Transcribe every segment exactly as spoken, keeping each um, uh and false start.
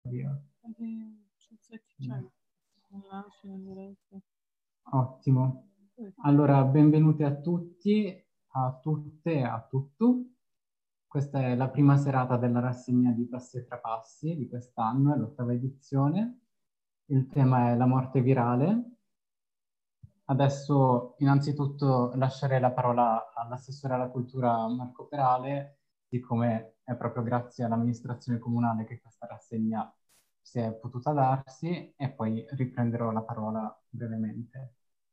Dio. Mm. Ottimo. Allora, benvenuti a tutti, a tutte e a tutto. Questa è la prima serata della rassegna di Passi e Trapassi di quest'anno, è l'ottava edizione. Il tema è la morte virale. Adesso innanzitutto lascerei la parola all'assessore alla cultura Marco Perale, siccome è proprio grazie all'amministrazione comunale che questa rassegna si è potuta darsi, e poi riprenderò la parola brevemente.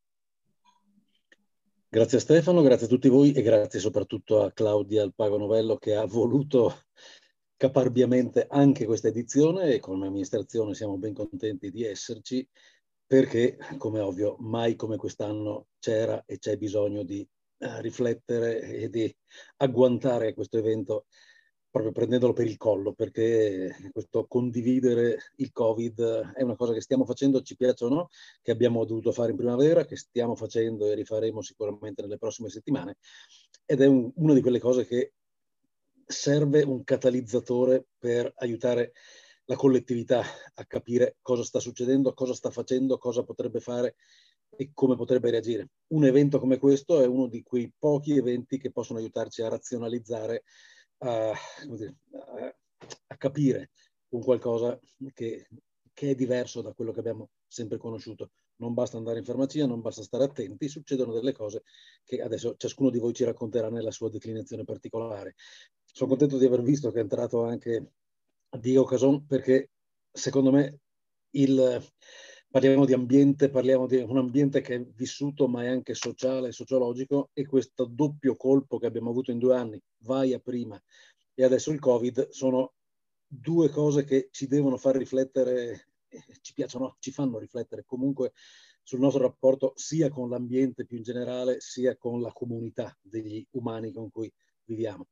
Grazie a Stefano, grazie a tutti voi e grazie soprattutto a Claudia Alpago Novello che ha voluto caparbiamente anche questa edizione, e come amministrazione siamo ben contenti di esserci, perché, come ovvio, mai come quest'anno c'era e c'è bisogno di uh, riflettere e di agguantare questo evento proprio prendendolo per il collo, perché questo condividere il Covid è una cosa che stiamo facendo, ci piaccia o no, che abbiamo dovuto fare in primavera, che stiamo facendo e rifaremo sicuramente nelle prossime settimane, ed è un, una di quelle cose che serve un catalizzatore per aiutare la collettività a capire cosa sta succedendo, cosa sta facendo, cosa potrebbe fare e come potrebbe reagire. Un evento come questo è uno di quei pochi eventi che possono aiutarci a razionalizzare, a, come dire, a, a capire un qualcosa che, che è diverso da quello che abbiamo sempre conosciuto. Non basta andare in farmacia, non basta stare attenti, succedono delle cose che adesso ciascuno di voi ci racconterà nella sua declinazione particolare. Sono contento di aver visto che è entrato anche Diego Cason, perché secondo me il, parliamo di ambiente, parliamo di un ambiente che è vissuto ma è anche sociale, sociologico, e questo doppio colpo che abbiamo avuto in due anni, vai a prima e adesso il Covid, sono due cose che ci devono far riflettere, ci piacciono, ci fanno riflettere comunque sul nostro rapporto sia con l'ambiente più in generale, sia con la comunità degli umani con cui viviamo.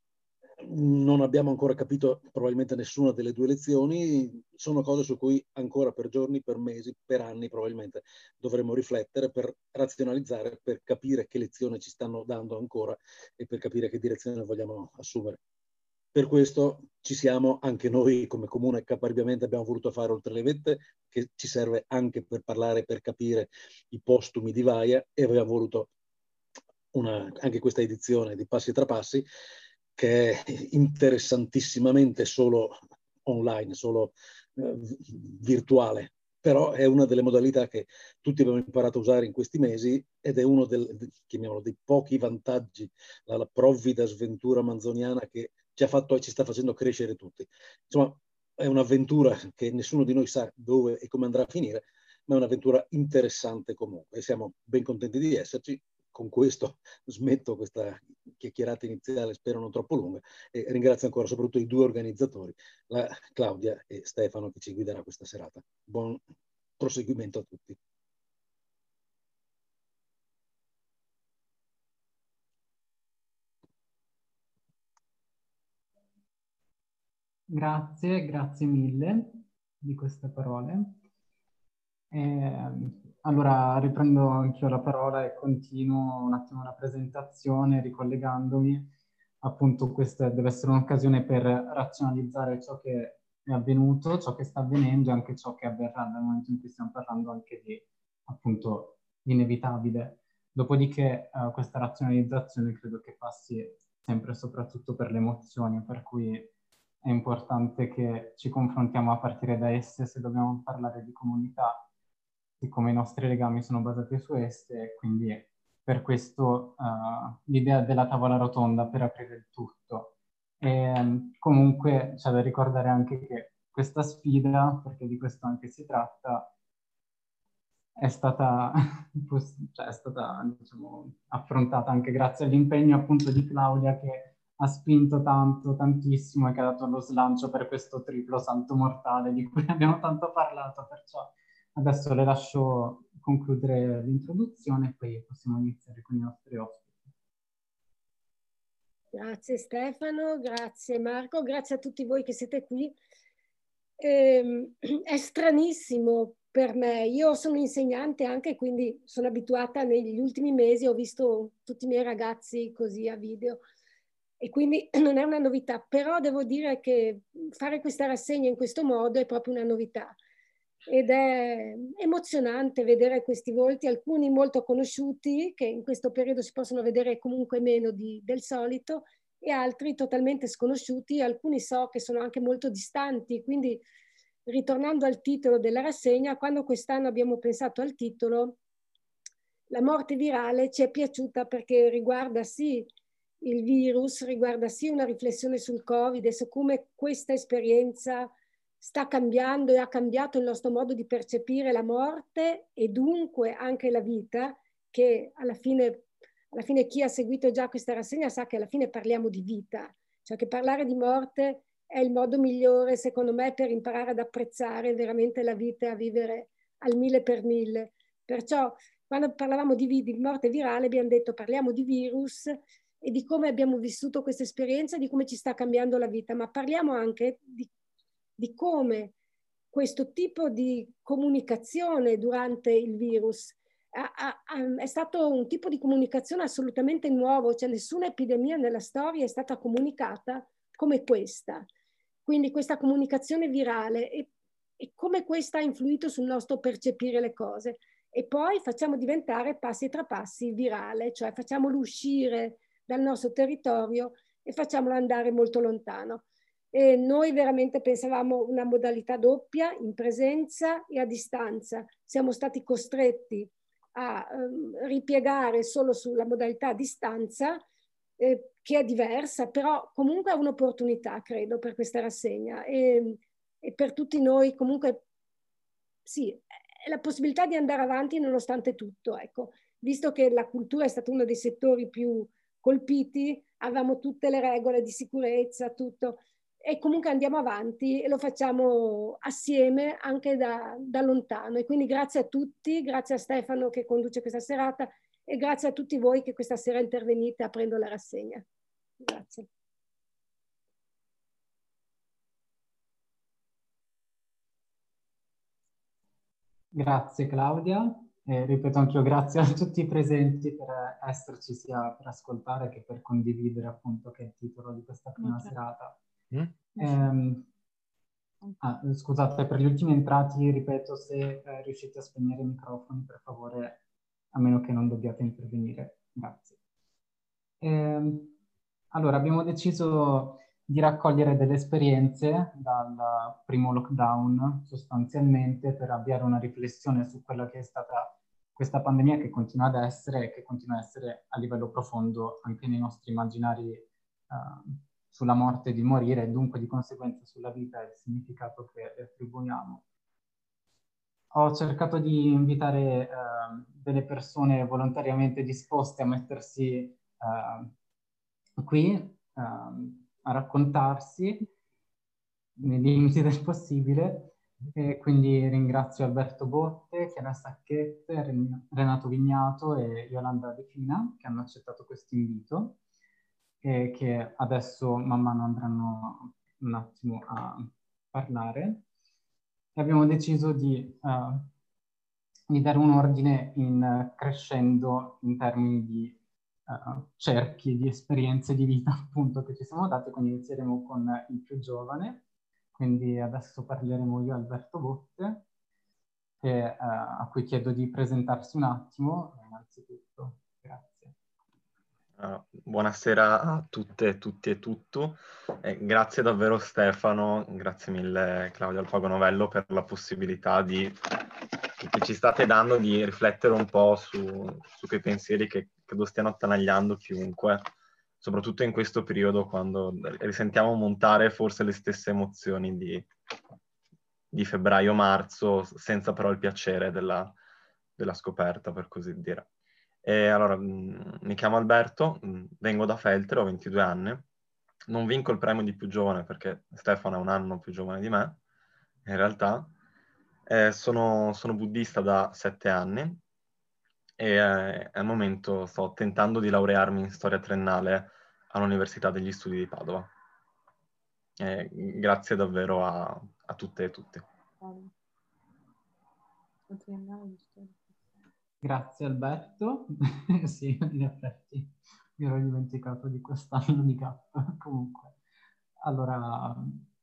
Non abbiamo ancora capito probabilmente nessuna delle due lezioni, sono cose su cui ancora per giorni, per mesi, per anni probabilmente dovremo riflettere per razionalizzare, per capire che lezione ci stanno dando ancora e per capire che direzione vogliamo assumere. Per questo ci siamo anche noi come comune, caparbiamente abbiamo voluto fare Oltre le Vette, che ci serve anche per parlare, per capire i postumi di Vaia, e abbiamo voluto una, anche questa edizione di Passi e Trapassi, che è interessantissimamente solo online, solo eh, virtuale, però è una delle modalità che tutti abbiamo imparato a usare in questi mesi, ed è uno del, chiamiamolo, dei pochi vantaggi, la, la provvida sventura manzoniana che ci ha fatto e ci sta facendo crescere tutti. Insomma, è un'avventura che nessuno di noi sa dove e come andrà a finire, ma è un'avventura interessante comunque, e siamo ben contenti di esserci. Con questo smetto questa chiacchierata iniziale, spero non troppo lunga, e ringrazio ancora soprattutto i due organizzatori, la Claudia e Stefano, che ci guiderà questa serata. Buon proseguimento a tutti. Grazie, grazie mille di queste parole. Eh, allora riprendo anch'io la parola e continuo un attimo la presentazione ricollegandomi. Appunto, questa deve essere un'occasione per razionalizzare ciò che è avvenuto, ciò che sta avvenendo e anche ciò che avverrà nel momento in cui stiamo parlando anche di, appunto, inevitabile. Dopodiché eh, questa razionalizzazione credo che passi sempre e soprattutto per le emozioni, per cui è importante che ci confrontiamo a partire da esse se dobbiamo parlare di comunità, siccome i nostri legami sono basati su esse, quindi per questo uh, l'idea della tavola rotonda per aprire il tutto. E, um, comunque c'è da ricordare anche che questa sfida, perché di questo anche si tratta, è stata, cioè è stata diciamo, affrontata anche grazie all'impegno appunto di Claudia, che ha spinto tanto, tantissimo, e che ha dato lo slancio per questo triplo salto mortale di cui abbiamo tanto parlato, perciò adesso le lascio concludere l'introduzione e poi possiamo iniziare con i nostri ospiti. Grazie Stefano, grazie Marco, grazie a tutti voi che siete qui. Ehm, è stranissimo per me, io sono insegnante anche, quindi sono abituata negli ultimi mesi, ho visto tutti i miei ragazzi così a video. e quindi non è una novità, però devo dire che fare questa rassegna in questo modo è proprio una novità. Ed è emozionante vedere questi volti, alcuni molto conosciuti, che in questo periodo si possono vedere comunque meno di, del solito, e altri totalmente sconosciuti, alcuni so che sono anche molto distanti. Quindi, ritornando al titolo della rassegna, quando quest'anno abbiamo pensato al titolo, la morte virale ci è piaciuta perché riguarda sì il virus, riguarda sì una riflessione sul Covid e su come questa esperienza sta cambiando e ha cambiato il nostro modo di percepire la morte e dunque anche la vita, che alla fine, alla fine chi ha seguito già questa rassegna sa che alla fine parliamo di vita, cioè che parlare di morte è il modo migliore secondo me per imparare ad apprezzare veramente la vita e a vivere al mille per mille. Perciò quando parlavamo di, di morte virale abbiamo detto parliamo di virus e di come abbiamo vissuto questa esperienza, di come ci sta cambiando la vita, ma parliamo anche di di come questo tipo di comunicazione durante il virus ha, ha, è stato un tipo di comunicazione assolutamente nuovo, cioè nessuna epidemia nella storia è stata comunicata come questa. Quindi questa comunicazione virale e, e come questa ha influito sul nostro percepire le cose. E poi facciamo diventare passi tra passi virale, cioè facciamolo uscire dal nostro territorio e facciamolo andare molto lontano. E noi veramente pensavamo una modalità doppia, in presenza e a distanza. Siamo stati costretti a um, ripiegare solo sulla modalità a distanza, eh, che è diversa, però comunque è un'opportunità, credo, per questa rassegna. E, e per tutti noi comunque, sì, è la possibilità di andare avanti nonostante tutto. Ecco. Visto che la cultura è stato uno dei settori più colpiti, avevamo tutte le regole di sicurezza, tutto. E comunque andiamo avanti e lo facciamo assieme anche da, da lontano. E quindi grazie a tutti, grazie a Stefano che conduce questa serata e grazie a tutti voi che questa sera intervenite aprendo la rassegna. Grazie. Grazie Claudia. E ripeto anch'io grazie a tutti i presenti per esserci sia per ascoltare che per condividere appunto che è il titolo di questa prima Okay. serata. Mm? Ehm, ah, scusate, per gli ultimi entrati, ripeto, se eh, riuscite a spegnere i microfoni, per favore, a meno che non dobbiate intervenire. Grazie. Ehm, allora, abbiamo deciso di raccogliere delle esperienze dal primo lockdown, sostanzialmente, per avviare una riflessione su quella che è stata questa pandemia che continua ad essere e che continua ad essere a livello profondo anche nei nostri immaginari eh, sulla morte di morire e dunque di conseguenza sulla vita e il significato che le attribuiamo. Ho cercato di invitare eh, delle persone volontariamente disposte a mettersi eh, qui eh, a raccontarsi nei limiti del possibile. E quindi ringrazio Alberto Botte, Chiara Sacchette, Renato Vignato e Yolanda De Fina che hanno accettato questo invito e che adesso man mano andranno un attimo a parlare. E abbiamo deciso di, uh, di dare un ordine in, uh, crescendo in termini di uh, cerchi di esperienze di vita appunto che ci siamo dati, quindi inizieremo con il più giovane. Quindi adesso parleremo io, Alberto Botte, che, uh, a cui chiedo di presentarsi un attimo, innanzitutto. Grazie. Uh, buonasera a tutte, tutti e tutto. Eh, grazie davvero Stefano, grazie mille Claudia Alpago Novello per la possibilità di, che ci state dando di riflettere un po' su, su quei pensieri che credo stiano attanagliando chiunque, soprattutto in questo periodo quando risentiamo montare forse le stesse emozioni di, di febbraio-marzo, senza però il piacere della, della scoperta, per così dire. E allora, mh, mi chiamo Alberto, mh, vengo da Feltre, ho ventidue anni, non vinco il premio di più giovane perché Stefano è un anno più giovane di me, in realtà. Eh, sono, sono buddista da sette anni e eh, al momento sto tentando di laurearmi in storia triennale all'Università degli Studi di Padova. Eh, grazie davvero a, a tutte e tutti. Grazie Alberto. Sì, in effetti mi ero dimenticato di quest'anno di gap. Comunque, allora,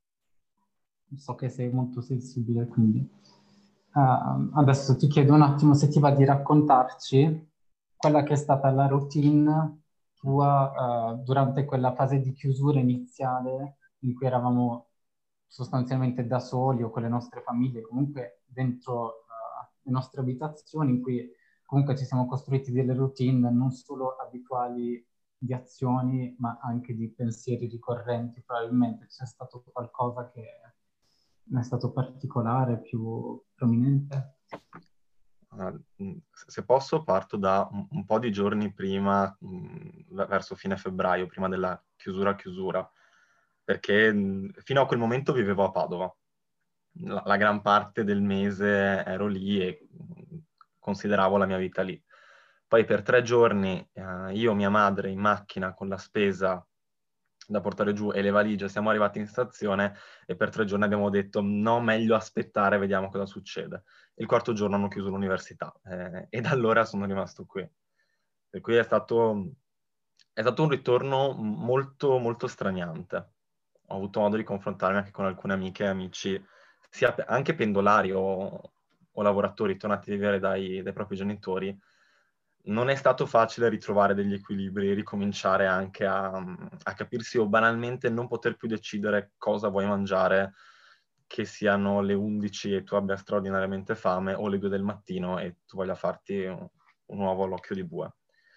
so che sei molto sensibile, quindi uh, adesso ti chiedo un attimo se ti va di raccontarci quella che è stata la routine tua uh, durante quella fase di chiusura iniziale in cui eravamo sostanzialmente da soli o con le nostre famiglie, comunque dentro uh, le nostre abitazioni, in cui comunque ci siamo costruiti delle routine non solo abituali di azioni, ma anche di pensieri ricorrenti. Probabilmente c'è stato qualcosa che è stato particolare, più prominente. Uh, se posso, parto da un, un po' di giorni prima, mh, verso fine febbraio, prima della chiusura chiusura, perché mh, fino a quel momento vivevo a Padova. La, la gran parte del mese ero lì e mh, consideravo la mia vita lì. Poi per tre giorni uh, io, mia madre, in macchina con la spesa da portare giù e le valigie, siamo arrivati in stazione e per tre giorni abbiamo detto no, meglio aspettare, vediamo cosa succede. Il quarto giorno hanno chiuso l'università eh, e da allora sono rimasto qui. Per cui è stato, è stato un ritorno molto, molto straniante. Ho avuto modo di confrontarmi anche con alcune amiche e amici, sia anche pendolari o, o lavoratori tornati a vivere dai, dai propri genitori. Non è stato facile ritrovare degli equilibri, ricominciare anche a, a capirsi o banalmente non poter più decidere cosa vuoi mangiare, che siano le undici e tu abbia straordinariamente fame, o le due del mattino e tu voglia farti un, un uovo all'occhio di bue.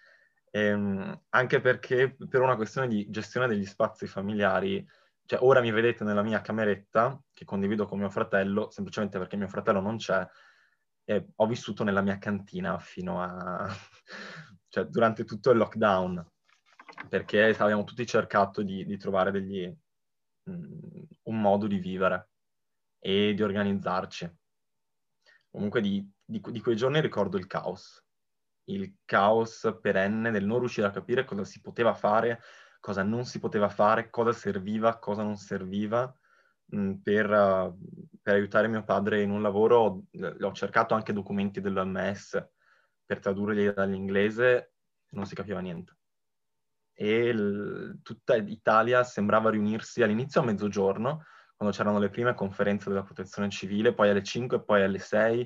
E, anche perché per una questione di gestione degli spazi familiari, cioè ora mi vedete nella mia cameretta, che condivido con mio fratello, semplicemente perché mio fratello non c'è, e ho vissuto nella mia cantina fino a... cioè durante tutto il lockdown, perché abbiamo tutti cercato di, di trovare degli, mh, un modo di vivere e di organizzarci. Comunque di, di, di quei giorni ricordo il caos. Il caos perenne del non riuscire a capire cosa si poteva fare, cosa non si poteva fare, cosa serviva, cosa non serviva. Per, uh, per aiutare mio padre in un lavoro ho cercato anche documenti dell'O M S per tradurli dall'inglese, non si capiva niente. E il, tutta l'Italia sembrava riunirsi all'inizio a mezzogiorno, quando c'erano le prime conferenze della protezione civile, poi alle cinque, poi alle sei,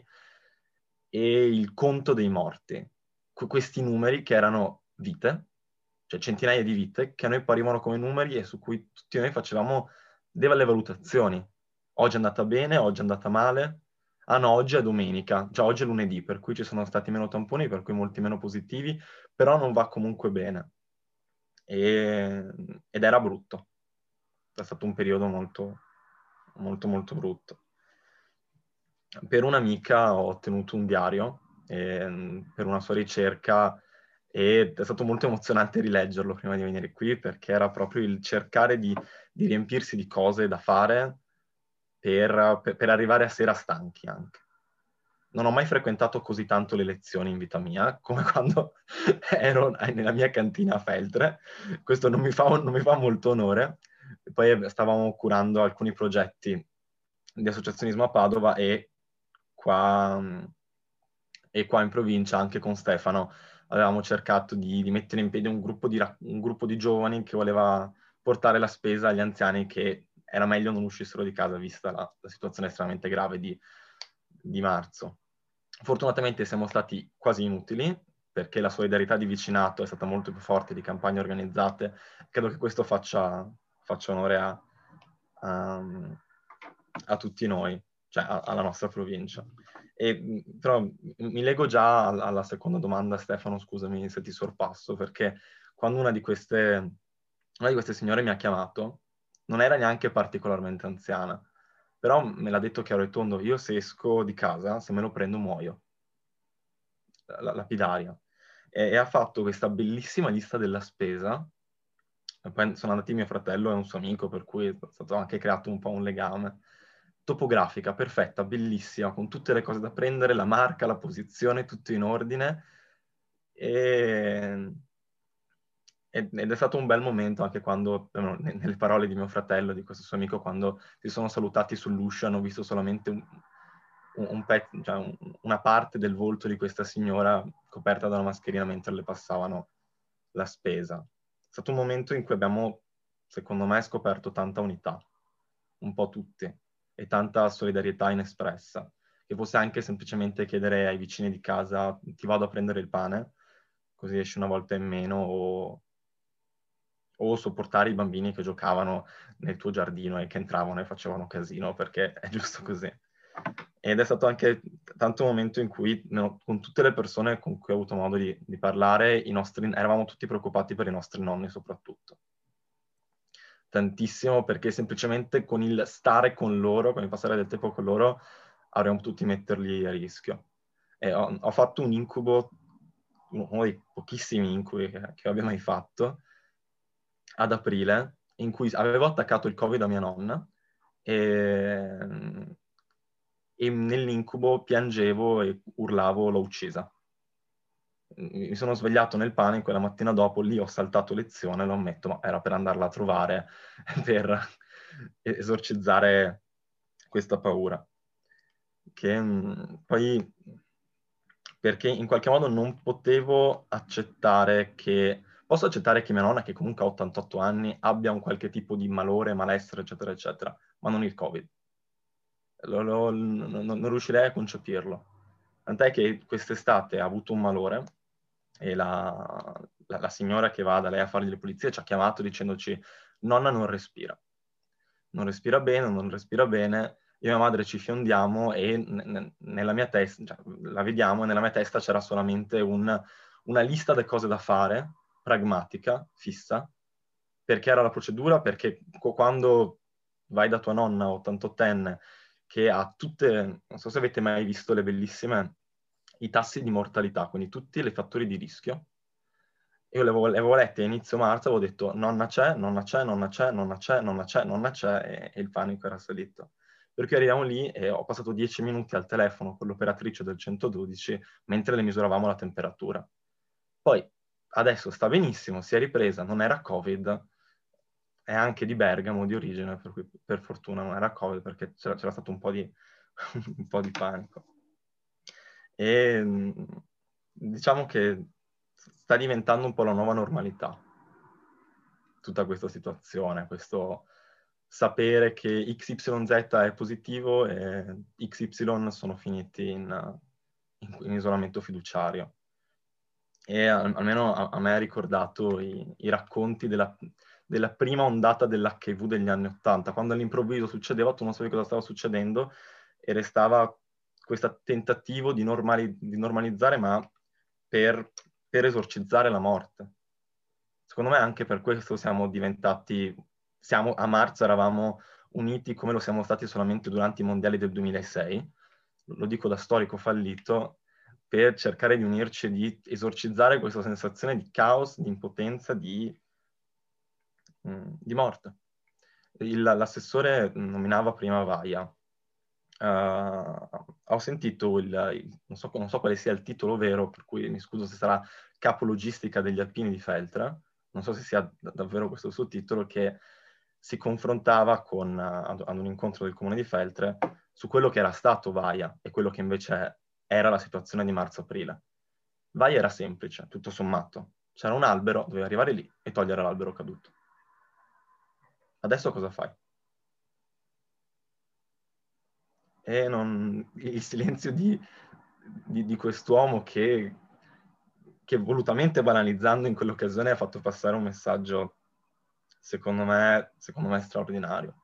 e il conto dei morti. Que- questi numeri che erano vite, cioè centinaia di vite, che a noi parivano come numeri e su cui tutti noi facevamo delle valutazioni. Oggi è andata bene, oggi è andata male. Ah no, oggi è domenica, già oggi è lunedì, per cui ci sono stati meno tamponi, per cui molti meno positivi, però non va comunque bene. E, ed era brutto. È stato un periodo molto, molto, molto brutto. Per un'amica ho ottenuto un diario eh, per una sua ricerca ed è stato molto emozionante rileggerlo prima di venire qui, perché era proprio il cercare di, di riempirsi di cose da fare per, per, per arrivare a sera stanchi anche. Non ho mai frequentato così tanto le lezioni in vita mia, come quando ero nella mia cantina a Feltre. Questo non mi fa, non mi fa molto onore. E poi stavamo curando alcuni progetti di associazionismo a Padova e qua, e qua in provincia, anche con Stefano, avevamo cercato di, di mettere in piedi un gruppo di, un gruppo di giovani che voleva portare la spesa agli anziani che era meglio non uscissero di casa vista la, la situazione estremamente grave di, di marzo. Fortunatamente siamo stati quasi inutili, perché la solidarietà di vicinato è stata molto più forte di campagne organizzate. Credo che questo faccia, faccia onore a, a, a tutti noi, cioè a, alla nostra provincia. E, però mi lego già alla, alla seconda domanda, Stefano, scusami se ti sorpasso, perché quando una di queste, una di queste signore mi ha chiamato, non era neanche particolarmente anziana, però me l'ha detto chiaro e tondo: io se esco di casa, se me lo prendo muoio. La, lapidaria. E, e ha fatto questa bellissima lista della spesa. E poi sono andati mio fratello e un suo amico, per cui è stato anche creato un po' un legame. Topografica, perfetta, bellissima, con tutte le cose da prendere, la marca, la posizione, tutto in ordine. E... Ed è stato un bel momento anche quando, nelle parole di mio fratello, di questo suo amico, quando si sono salutati sull'uscio, hanno visto solamente un, un pezzo, cioè un, una parte del volto di questa signora coperta da una mascherina mentre le passavano la spesa. È stato un momento in cui abbiamo, secondo me, scoperto tanta unità, un po' tutti, e tanta solidarietà inespressa, che fosse anche semplicemente chiedere ai vicini di casa ti vado a prendere il pane, così esci una volta in meno, o, o sopportare i bambini che giocavano nel tuo giardino e che entravano e facevano casino, perché è giusto così. Ed è stato anche tanto un momento in cui, no, con tutte le persone con cui ho avuto modo di, di parlare, i nostri, eravamo tutti preoccupati per i nostri nonni soprattutto. Tantissimo, perché semplicemente con il stare con loro, con il passare del tempo con loro, avremmo potuti metterli a rischio. E ho, ho fatto un incubo, uno dei pochissimi incubi che, che abbia mai fatto, ad aprile, in cui avevo attaccato il Covid a mia nonna, e, e nell'incubo piangevo e urlavo l'ho uccisa. Mi sono svegliato nel panico, quella mattina dopo lì ho saltato lezione, lo ammetto, ma era per andarla a trovare, per esorcizzare questa paura. Che mh, poi, perché in qualche modo non potevo accettare che, posso accettare che mia nonna, che comunque ha ottantotto anni, abbia un qualche tipo di malore, malessere, eccetera, eccetera, ma non il Covid. Lo, lo, non, non riuscirei a concepirlo. Tant'è che quest'estate ha avuto un malore, e la, la, la signora che va da lei a fargli le pulizie ci ha chiamato dicendoci nonna non respira, non respira bene, non respira bene, io e mia madre ci fiondiamo e n- nella mia testa, cioè, la vediamo e nella mia testa c'era solamente un, una lista di cose da fare, pragmatica, fissa, perché era la procedura, perché quando vai da tua nonna ottantottenne che ha tutte, non so se avete mai visto le bellissime, i tassi di mortalità, quindi tutti i fattori di rischio. Io le avevo, le avevo lette a inizio marzo, avevo detto nonna c'è, nonna c'è, nonna c'è, nonna c'è, nonna c'è, nonna c'è, e, e il panico era salito. Per cui arriviamo lì e ho passato dieci minuti al telefono con l'operatrice del centododici mentre le misuravamo la temperatura. Poi adesso sta benissimo, si è ripresa, non era Covid, è anche di Bergamo di origine, per cui per fortuna non era Covid perché c'era, c'era stato un po' di, un po' di panico. E diciamo che sta diventando un po' la nuova normalità tutta questa situazione, questo sapere che X Y Z è positivo e X Y sono finiti in, in, in isolamento fiduciario. E almeno a, a me ha ricordato i, i racconti della, della prima ondata dell'H I V degli anni Ottanta, quando all'improvviso succedeva, tu non sapevi cosa stava succedendo e restava questo tentativo di, normali, di normalizzare, ma per, per esorcizzare la morte. Secondo me anche per questo siamo diventati, siamo, a marzo eravamo uniti come lo siamo stati solamente durante i mondiali del duemilasei, lo dico da storico fallito, per cercare di unirci e di esorcizzare questa sensazione di caos, di impotenza, di, mh, di morte. Il, l'assessore nominava prima Vaia. Uh, ho sentito il, il non, so, non so quale sia il titolo vero, per cui mi scuso se sarà capo logistica degli alpini di Feltre, non so se sia d- davvero questo il suo titolo, che si confrontava con, uh, ad, ad un incontro del comune di Feltre su quello che era stato Vaia e quello che invece era la situazione di marzo-aprile. Vaia era semplice, tutto sommato. C'era un albero, dovevi arrivare lì e togliere l'albero caduto. Adesso cosa fai? E non, il silenzio di, di, di quest'uomo che, che volutamente banalizzando in quell'occasione ha fatto passare un messaggio, secondo me, secondo me straordinario.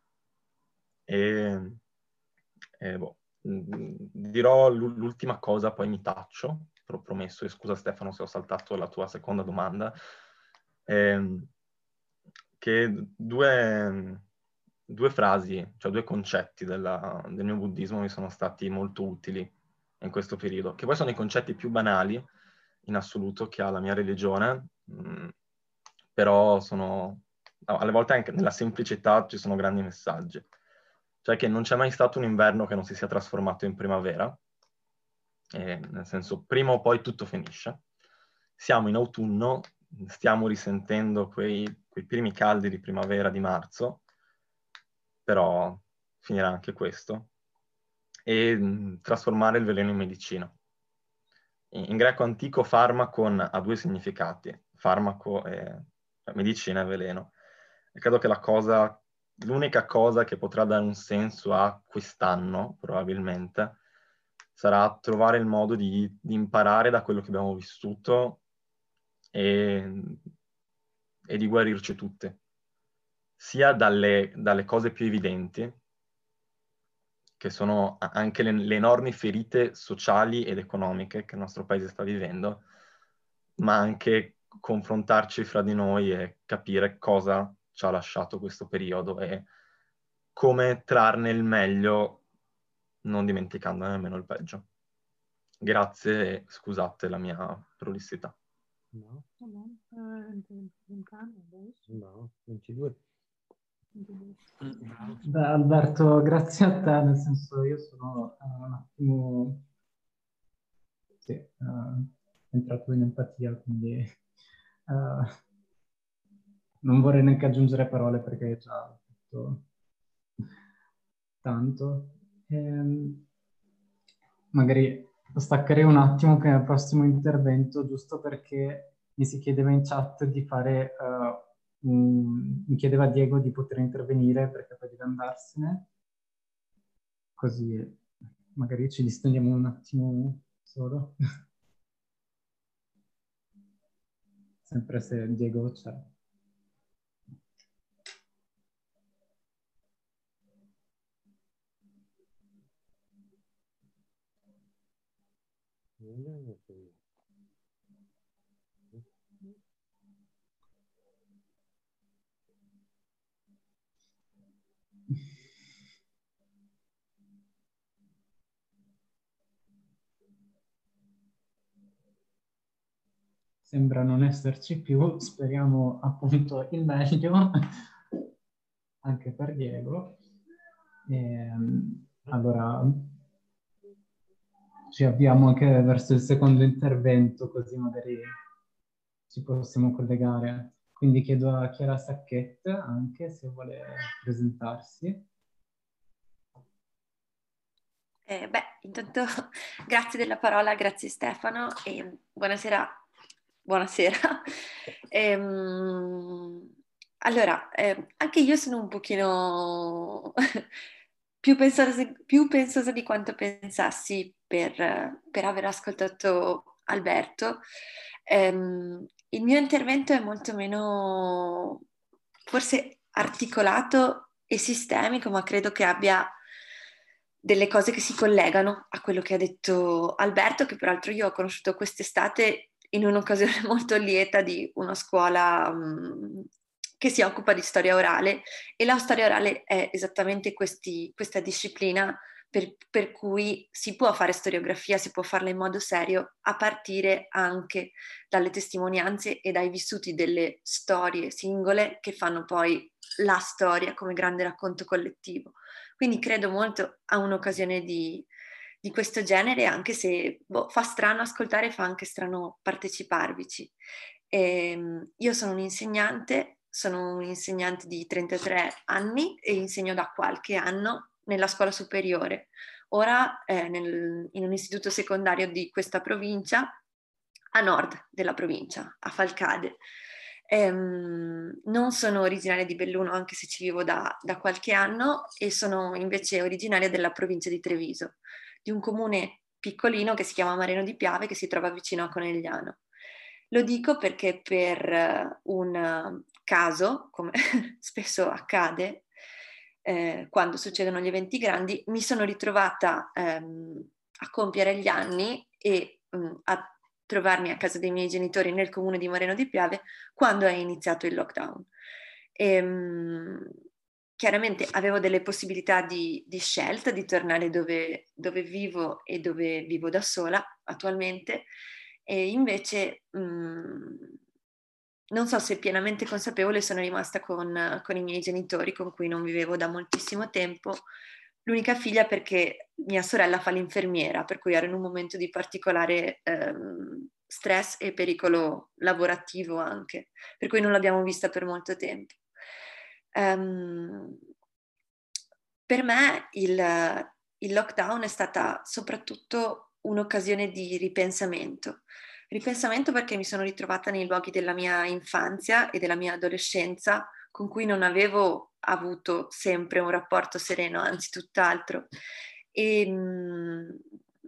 E, e boh, dirò l'ultima cosa, poi mi taccio, l'ho promesso, e scusa Stefano se ho saltato la tua seconda domanda, eh, che due... due frasi, cioè due concetti della, del mio buddismo mi sono stati molto utili in questo periodo, che poi sono i concetti più banali in assoluto che ha la mia religione, mh, però sono, no, alle volte anche nella semplicità ci sono grandi messaggi. Cioè che non c'è mai stato un inverno che non si sia trasformato in primavera, e, nel senso prima o poi tutto finisce. Siamo in autunno, stiamo risentendo quei, quei primi caldi di primavera di marzo, però finirà anche questo, e mh, trasformare il veleno in medicina. In, in greco antico farmacon ha due significati. farmaco e medicina e veleno. E credo che la cosa, l'unica cosa che potrà dare un senso a quest'anno, probabilmente, sarà trovare il modo di, di imparare da quello che abbiamo vissuto e, e di guarirci tutte, sia dalle, dalle cose più evidenti, che sono anche le, le enormi ferite sociali ed economiche che il nostro paese sta vivendo, ma anche confrontarci fra di noi e capire cosa ci ha lasciato questo periodo e come trarne il meglio, non dimenticando nemmeno il peggio. Grazie e scusate la mia prolissità. No. Uh, No, ventidue. Beh, Alberto, grazie a te, nel senso io sono uh, un attimo sì, uh, entrato in empatia, quindi uh, non vorrei neanche aggiungere parole perché hai già detto tanto. Ehm, magari staccherei un attimo che nel prossimo intervento, giusto perché mi si chiedeva in chat di fare, uh, un... mi chiedeva Diego di poter intervenire perché poi deve andarsene, così magari ci distendiamo un attimo solo. Sempre se Diego c'è. Sembra non esserci più, speriamo appunto il meglio, anche per Diego. E, allora, ci avviamo anche verso il secondo intervento, così magari ci possiamo collegare. Quindi chiedo a Chiara Sacchette anche se vuole presentarsi. Eh, beh, intanto grazie della parola, grazie Stefano e buonasera. Buonasera. Ehm, allora, eh, anche io sono un pochino più pensosa, più pensosa di quanto pensassi per, per aver ascoltato Alberto. Ehm, il mio intervento è molto meno, forse articolato e sistemico, ma credo che abbia delle cose che si collegano a quello che ha detto Alberto, che peraltro io ho conosciuto quest'estate in un'occasione molto lieta di una scuola um, che si occupa di storia orale, e la storia orale è esattamente questi, questa disciplina per, per cui si può fare storiografia, si può farla in modo serio, a partire anche dalle testimonianze e dai vissuti delle storie singole che fanno poi la storia come grande racconto collettivo. Quindi credo molto a un'occasione di, di questo genere, anche se boh, fa strano ascoltare, fa anche strano parteciparvici. E, io sono un'insegnante, sono un'insegnante di trentatré anni e insegno da qualche anno nella scuola superiore. Ora eh, nel, in un istituto secondario di questa provincia, a nord della provincia, a Falcade. Ehm, non sono originaria di Belluno, anche se ci vivo da, da qualche anno, e sono invece originaria della provincia di Treviso, di un comune piccolino che si chiama Mareno di Piave, che si trova vicino a Conegliano. Lo dico perché per un caso, come spesso accade eh, quando succedono gli eventi grandi, mi sono ritrovata ehm, a compiere gli anni e mh, a trovarmi a casa dei miei genitori nel comune di Mareno di Piave quando è iniziato il lockdown. E, mh, chiaramente avevo delle possibilità di, di scelta, di tornare dove, dove vivo e dove vivo da sola attualmente, e invece mh, non so se pienamente consapevole sono rimasta con, con i miei genitori, con cui non vivevo da moltissimo tempo, l'unica figlia perché mia sorella fa l'infermiera, per cui ero in un momento di particolare ehm, stress e pericolo lavorativo anche, per cui non l'abbiamo vista per molto tempo. Um, per me il, il lockdown è stata soprattutto un'occasione di ripensamento, Ripensamento perché mi sono ritrovata nei luoghi della mia infanzia e della mia adolescenza con cui non avevo avuto sempre un rapporto sereno, anzi tutt'altro. E mh,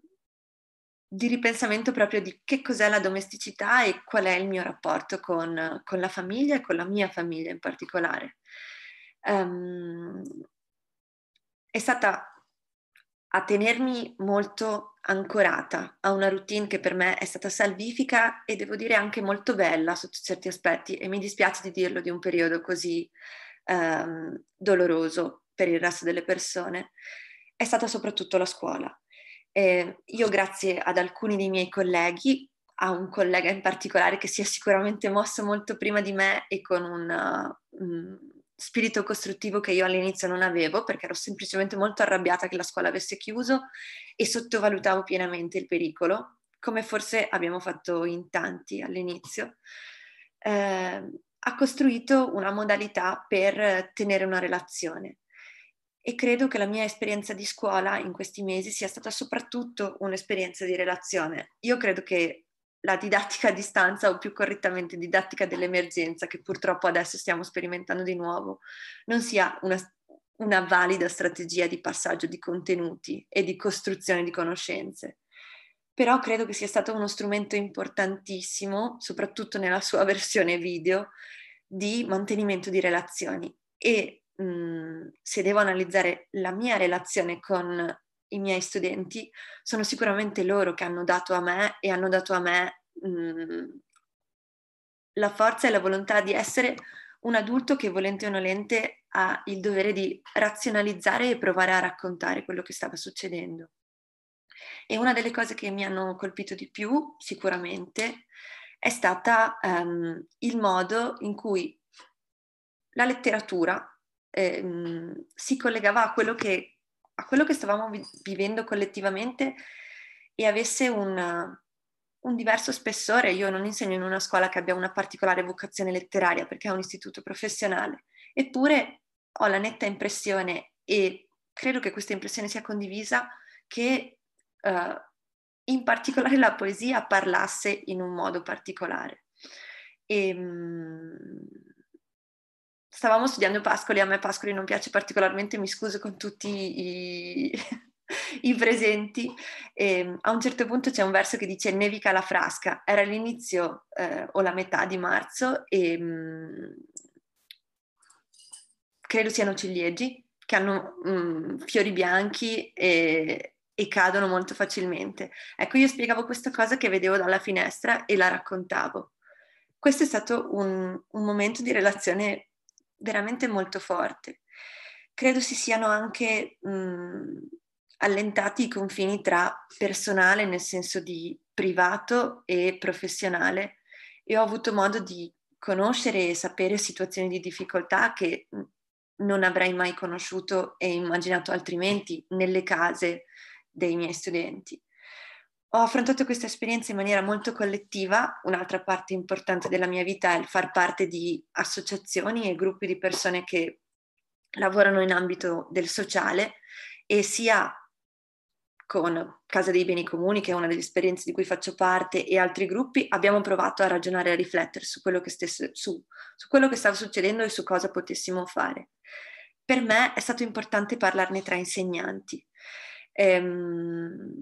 di ripensamento proprio di che cos'è la domesticità e qual è il mio rapporto con, con la famiglia e con la mia famiglia in particolare. Um, è stata a tenermi molto ancorata a una routine che per me è stata salvifica e devo dire anche molto bella sotto certi aspetti, e mi dispiace di dirlo di un periodo così um, doloroso per il resto delle persone, è stata soprattutto la scuola. Eh, io grazie ad alcuni dei miei colleghi, a un collega in particolare che si è sicuramente mosso molto prima di me e con un uh, spirito costruttivo che io all'inizio non avevo, perché ero semplicemente molto arrabbiata che la scuola avesse chiuso e sottovalutavo pienamente il pericolo, come forse abbiamo fatto in tanti all'inizio. Eh, ha costruito una modalità per tenere una relazione. E credo che la mia esperienza di scuola in questi mesi sia stata soprattutto un'esperienza di relazione. Io credo che la didattica a distanza, o più correttamente didattica dell'emergenza, che purtroppo adesso stiamo sperimentando di nuovo, non sia una, una valida strategia di passaggio di contenuti e di costruzione di conoscenze. Però credo che sia stato uno strumento importantissimo, soprattutto nella sua versione video, di mantenimento di relazioni. E mh, se devo analizzare la mia relazione con i miei studenti, sono sicuramente loro che hanno dato a me e hanno dato a me mh, la forza e la volontà di essere un adulto che, volente o nolente, ha il dovere di razionalizzare e provare a raccontare quello che stava succedendo. E una delle cose che mi hanno colpito di più, sicuramente, è stata um, il modo in cui la letteratura eh, si collegava a quello che, a quello che stavamo vi- vivendo collettivamente e avesse un, un diverso spessore. Io non insegno in una scuola che abbia una particolare vocazione letteraria, perché è un istituto professionale, eppure ho la netta impressione, e credo che questa impressione sia condivisa, che uh, in particolare la poesia parlasse in un modo particolare. E, um, stavamo studiando Pascoli, a me Pascoli non piace particolarmente, mi scuso con tutti i, i presenti, e a un certo punto c'è un verso che dice nevica la frasca, era l'inizio eh, o la metà di marzo e mh, credo siano ciliegi che hanno mh, fiori bianchi e, e cadono molto facilmente. Ecco, io spiegavo questa cosa che vedevo dalla finestra e la raccontavo. Questo è stato un, un momento di relazione veramente molto forte. Credo si siano anche mh, allentati i confini tra personale, nel senso di privato, e professionale, e ho avuto modo di conoscere e sapere situazioni di difficoltà che non avrei mai conosciuto e immaginato altrimenti nelle case dei miei studenti. Ho affrontato questa esperienza in maniera molto collettiva. Un'altra parte importante della mia vita è il far parte di associazioni e gruppi di persone che lavorano in ambito del sociale, e sia con Casa dei Beni Comuni, che è una delle esperienze di cui faccio parte, e altri gruppi, abbiamo provato a ragionare e a riflettere su quello che stesse, su, su quello che stava succedendo e su cosa potessimo fare. Per me è stato importante parlarne tra insegnanti, ehm,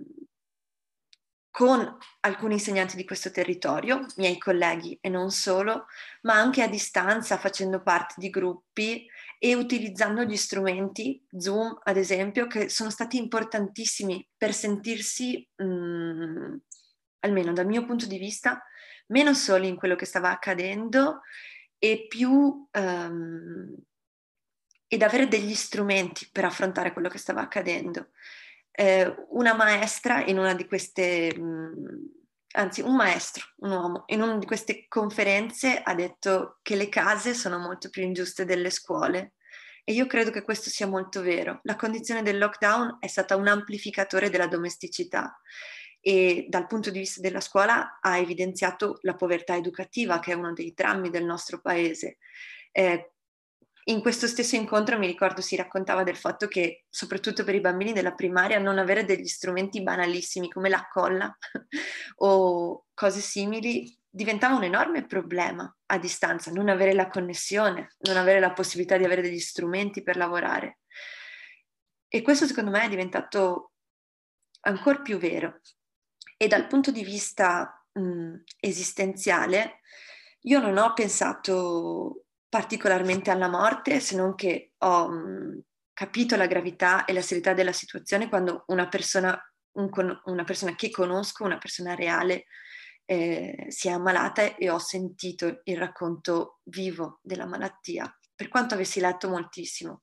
con alcuni insegnanti di questo territorio, miei colleghi e non solo, ma anche a distanza, facendo parte di gruppi e utilizzando gli strumenti, Zoom ad esempio, che sono stati importantissimi per sentirsi, mh, almeno dal mio punto di vista, meno soli in quello che stava accadendo e più um, ed avere degli strumenti per affrontare quello che stava accadendo. Eh, una maestra in una di queste, mh, anzi un maestro, un uomo, in una di queste conferenze ha detto che le case sono molto più ingiuste delle scuole, e io credo che questo sia molto vero. La condizione del lockdown è stata un amplificatore della domesticità, e dal punto di vista della scuola ha evidenziato la povertà educativa, che è uno dei drammi del nostro paese. Eh, In questo stesso incontro mi ricordo si raccontava del fatto che, soprattutto per i bambini della primaria, non avere degli strumenti banalissimi come la colla o cose simili diventava un enorme problema a distanza, non avere la connessione, non avere la possibilità di avere degli strumenti per lavorare. E questo secondo me è diventato ancora più vero. E dal punto di vista mh, esistenziale, io non ho pensato particolarmente alla morte, se non che ho mh, capito la gravità e la serietà della situazione quando una persona, un, una persona che conosco, una persona reale, eh, si è ammalata e ho sentito il racconto vivo della malattia, per quanto avessi letto moltissimo.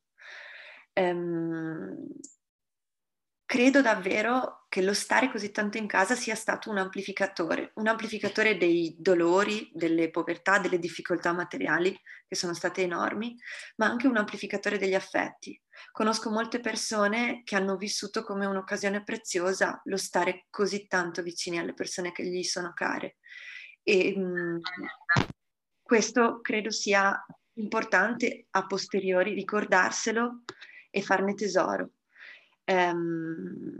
Um, credo davvero che lo stare così tanto in casa sia stato un amplificatore, un amplificatore dei dolori, delle povertà, delle difficoltà materiali che sono state enormi, ma anche un amplificatore degli affetti. Conosco molte persone che hanno vissuto come un'occasione preziosa lo stare così tanto vicini alle persone che gli sono care. E mh, questo credo sia importante a posteriori ricordarselo e farne tesoro. Um,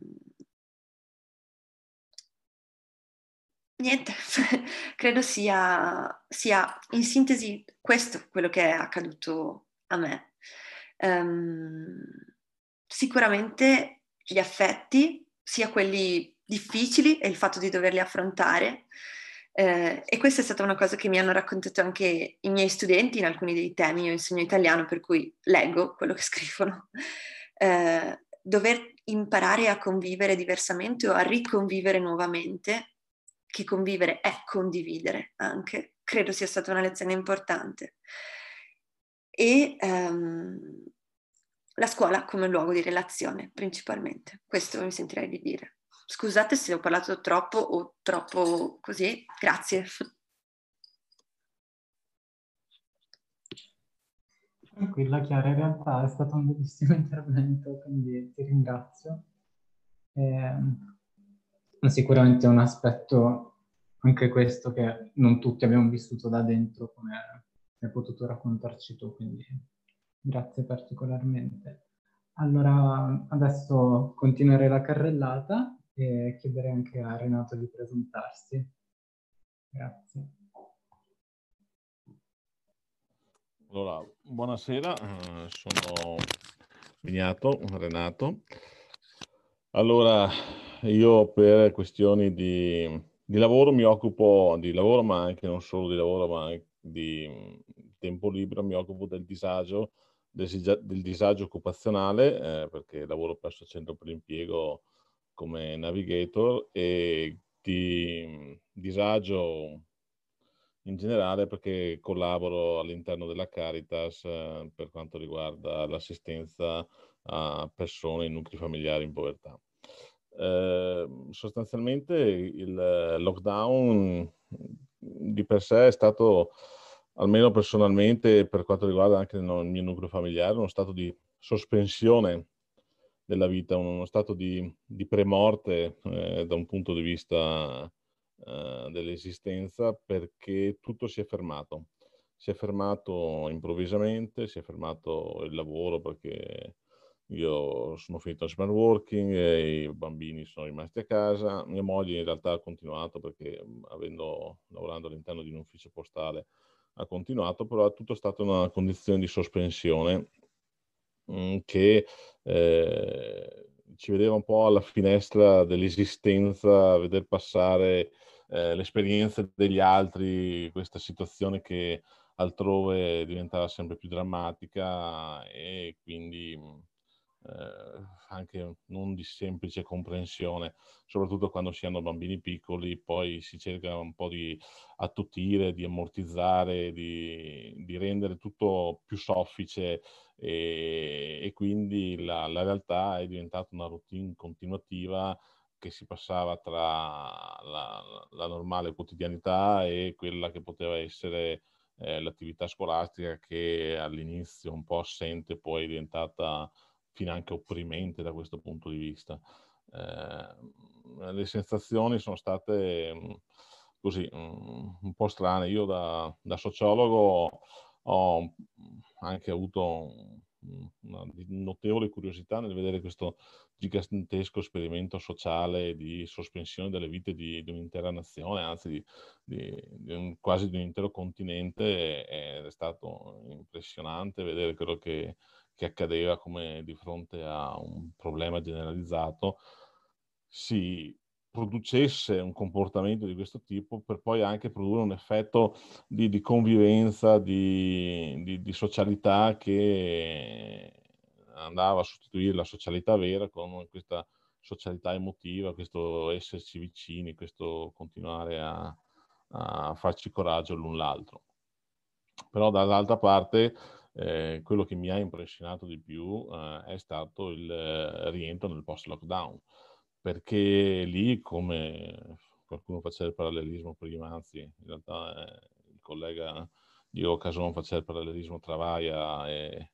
niente, credo sia, sia in sintesi questo quello che è accaduto a me. Um, sicuramente gli affetti, sia quelli difficili e il fatto di doverli affrontare, eh, e questa è stata una cosa che mi hanno raccontato anche i miei studenti in alcuni dei temi. Io insegno italiano, per cui leggo quello che scrivono. Eh, dover imparare a convivere diversamente o a riconvivere nuovamente, che convivere è condividere anche, credo sia stata una lezione importante. E um, la scuola come luogo di relazione, principalmente. Questo mi sentirei di dire. Scusate se ho parlato troppo o troppo così, grazie. Tranquilla Chiara, in realtà è stato un bellissimo intervento, quindi ti ringrazio. Eh, sicuramente è un aspetto, anche questo, che non tutti abbiamo vissuto da dentro, come hai potuto raccontarci tu, quindi grazie particolarmente. Allora, adesso continuerei la carrellata e chiederei anche a Renato di presentarsi. Grazie. Allora, buonasera, eh, sono Vignato, Renato. Allora, io per questioni di, di lavoro mi occupo di lavoro, ma anche non solo di lavoro, ma anche di tempo libero, mi occupo del disagio, del, del disagio occupazionale, eh, perché lavoro presso il centro per l'impiego come navigator, e di disagio in generale perché collaboro all'interno della Caritas eh, per quanto riguarda l'assistenza a persone in nuclei familiari in povertà. Eh, sostanzialmente il lockdown di per sé è stato, almeno personalmente, per quanto riguarda anche il mio nucleo familiare, uno stato di sospensione della vita, uno stato di, di premorte eh, da un punto di vista eh, dell'esistenza, perché tutto si è fermato. Si è fermato improvvisamente, si è fermato il lavoro perché io sono finito in smart working e i bambini sono rimasti a casa. Mia moglie in realtà ha continuato perché, avendo lavorando all'interno di un ufficio postale, ha continuato, però è tutto stato una condizione di sospensione mh, che eh, ci vedeva un po' alla finestra dell'esistenza, vedere passare eh, l'esperienza degli altri, questa situazione che altrove diventava sempre più drammatica e quindi eh, anche non di semplice comprensione, soprattutto quando si hanno bambini piccoli. Poi si cerca un po' di attutire, di ammortizzare, di, di rendere tutto più soffice e, e quindi la, la realtà è diventata una routine continuativa che si passava tra la, la normale quotidianità e quella che poteva essere eh, l'attività scolastica, che all'inizio un po' assente, poi è diventata finanche opprimente da questo punto di vista. Eh, le sensazioni sono state mh, così mh, un po' strane. Io da, da sociologo ho anche avuto una notevole curiosità nel vedere questo gigantesco esperimento sociale di sospensione delle vite di, di un'intera nazione, anzi di, di, di un, quasi di un intero continente, ed è stato impressionante vedere quello che, che accadeva, come di fronte a un problema generalizzato si producesse un comportamento di questo tipo, per poi anche produrre un effetto di, di convivenza, di, di, di socialità, che andava a sostituire la socialità vera con questa socialità emotiva, questo esserci vicini, questo continuare a, a farci coraggio l'un l'altro. Però dall'altra parte eh, quello che mi ha impressionato di più eh, è stato il eh, rientro nel post-lockdown, perché lì, come qualcuno faceva il parallelismo prima, anzi in realtà eh, il collega Diego Cason faceva il parallelismo tra Vaia e,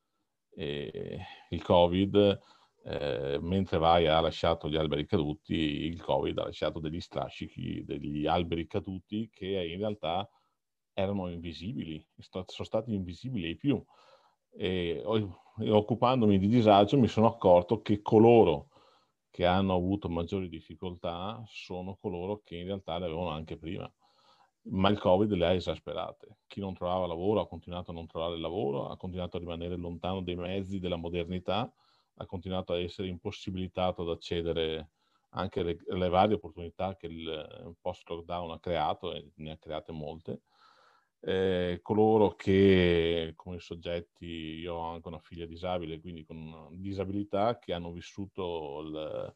e il Covid, eh, mentre Vaia ha lasciato gli alberi caduti, il Covid ha lasciato degli strascichi, degli alberi caduti che in realtà erano invisibili, sono stati invisibili ai più. E, e occupandomi di disagio mi sono accorto che coloro che hanno avuto maggiori difficoltà sono coloro che in realtà le avevano anche prima, ma il Covid le ha esasperate. Chi non trovava lavoro ha continuato a non trovare lavoro, ha continuato a rimanere lontano dai mezzi della modernità, ha continuato a essere impossibilitato ad accedere anche alle, alle varie opportunità che il post-lockdown ha creato, e ne ha create molte. Eh, coloro che, come soggetti, io ho anche una figlia disabile, quindi con una disabilità, che hanno vissuto il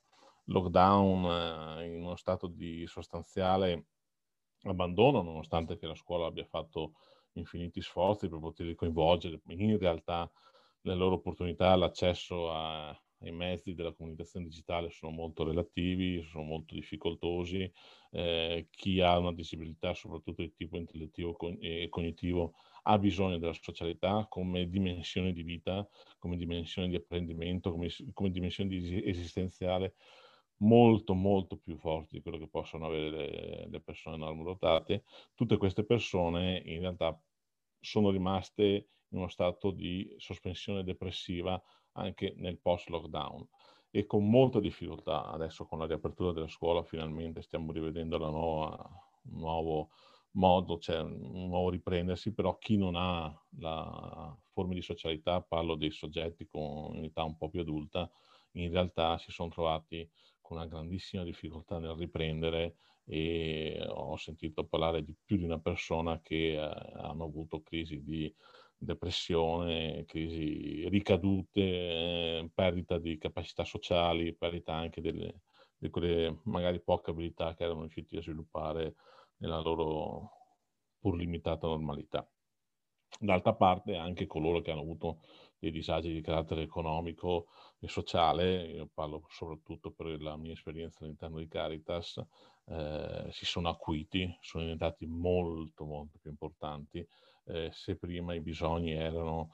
lockdown eh, in uno stato di sostanziale abbandono, nonostante che la scuola abbia fatto infiniti sforzi per poterli coinvolgere. In realtà le loro opportunità, l'accesso a, ai mezzi della comunicazione digitale sono molto relativi, sono molto difficoltosi. Eh, chi ha una disabilità, soprattutto di tipo intellettivo e cognitivo, ha bisogno della socialità come dimensione di vita, come dimensione di apprendimento, come, come dimensione di esistenziale molto molto più forti di quello che possono avere le, le persone normodotate. Tutte queste persone in realtà sono rimaste in uno stato di sospensione depressiva anche nel post-lockdown, e con molta difficoltà. Adesso, con la riapertura della scuola, finalmente stiamo rivedendo la nuova, un nuovo modo, cioè un nuovo riprendersi, però chi non ha la forma di socialità, parlo dei soggetti con un'età un po' più adulta, in realtà si sono trovati con una grandissima difficoltà nel riprendere, e ho sentito parlare di più di una persona che eh, hanno avuto crisi di depressione, crisi, ricadute, eh, perdita di capacità sociali, perdita anche delle, di quelle magari poche abilità che erano riusciti a sviluppare nella loro pur limitata normalità. D'altra parte anche coloro che hanno avuto dei disagi di carattere economico e sociale, io parlo soprattutto per la mia esperienza all'interno di Caritas, eh, si sono acuiti, sono diventati molto molto più importanti. Eh, se prima i bisogni erano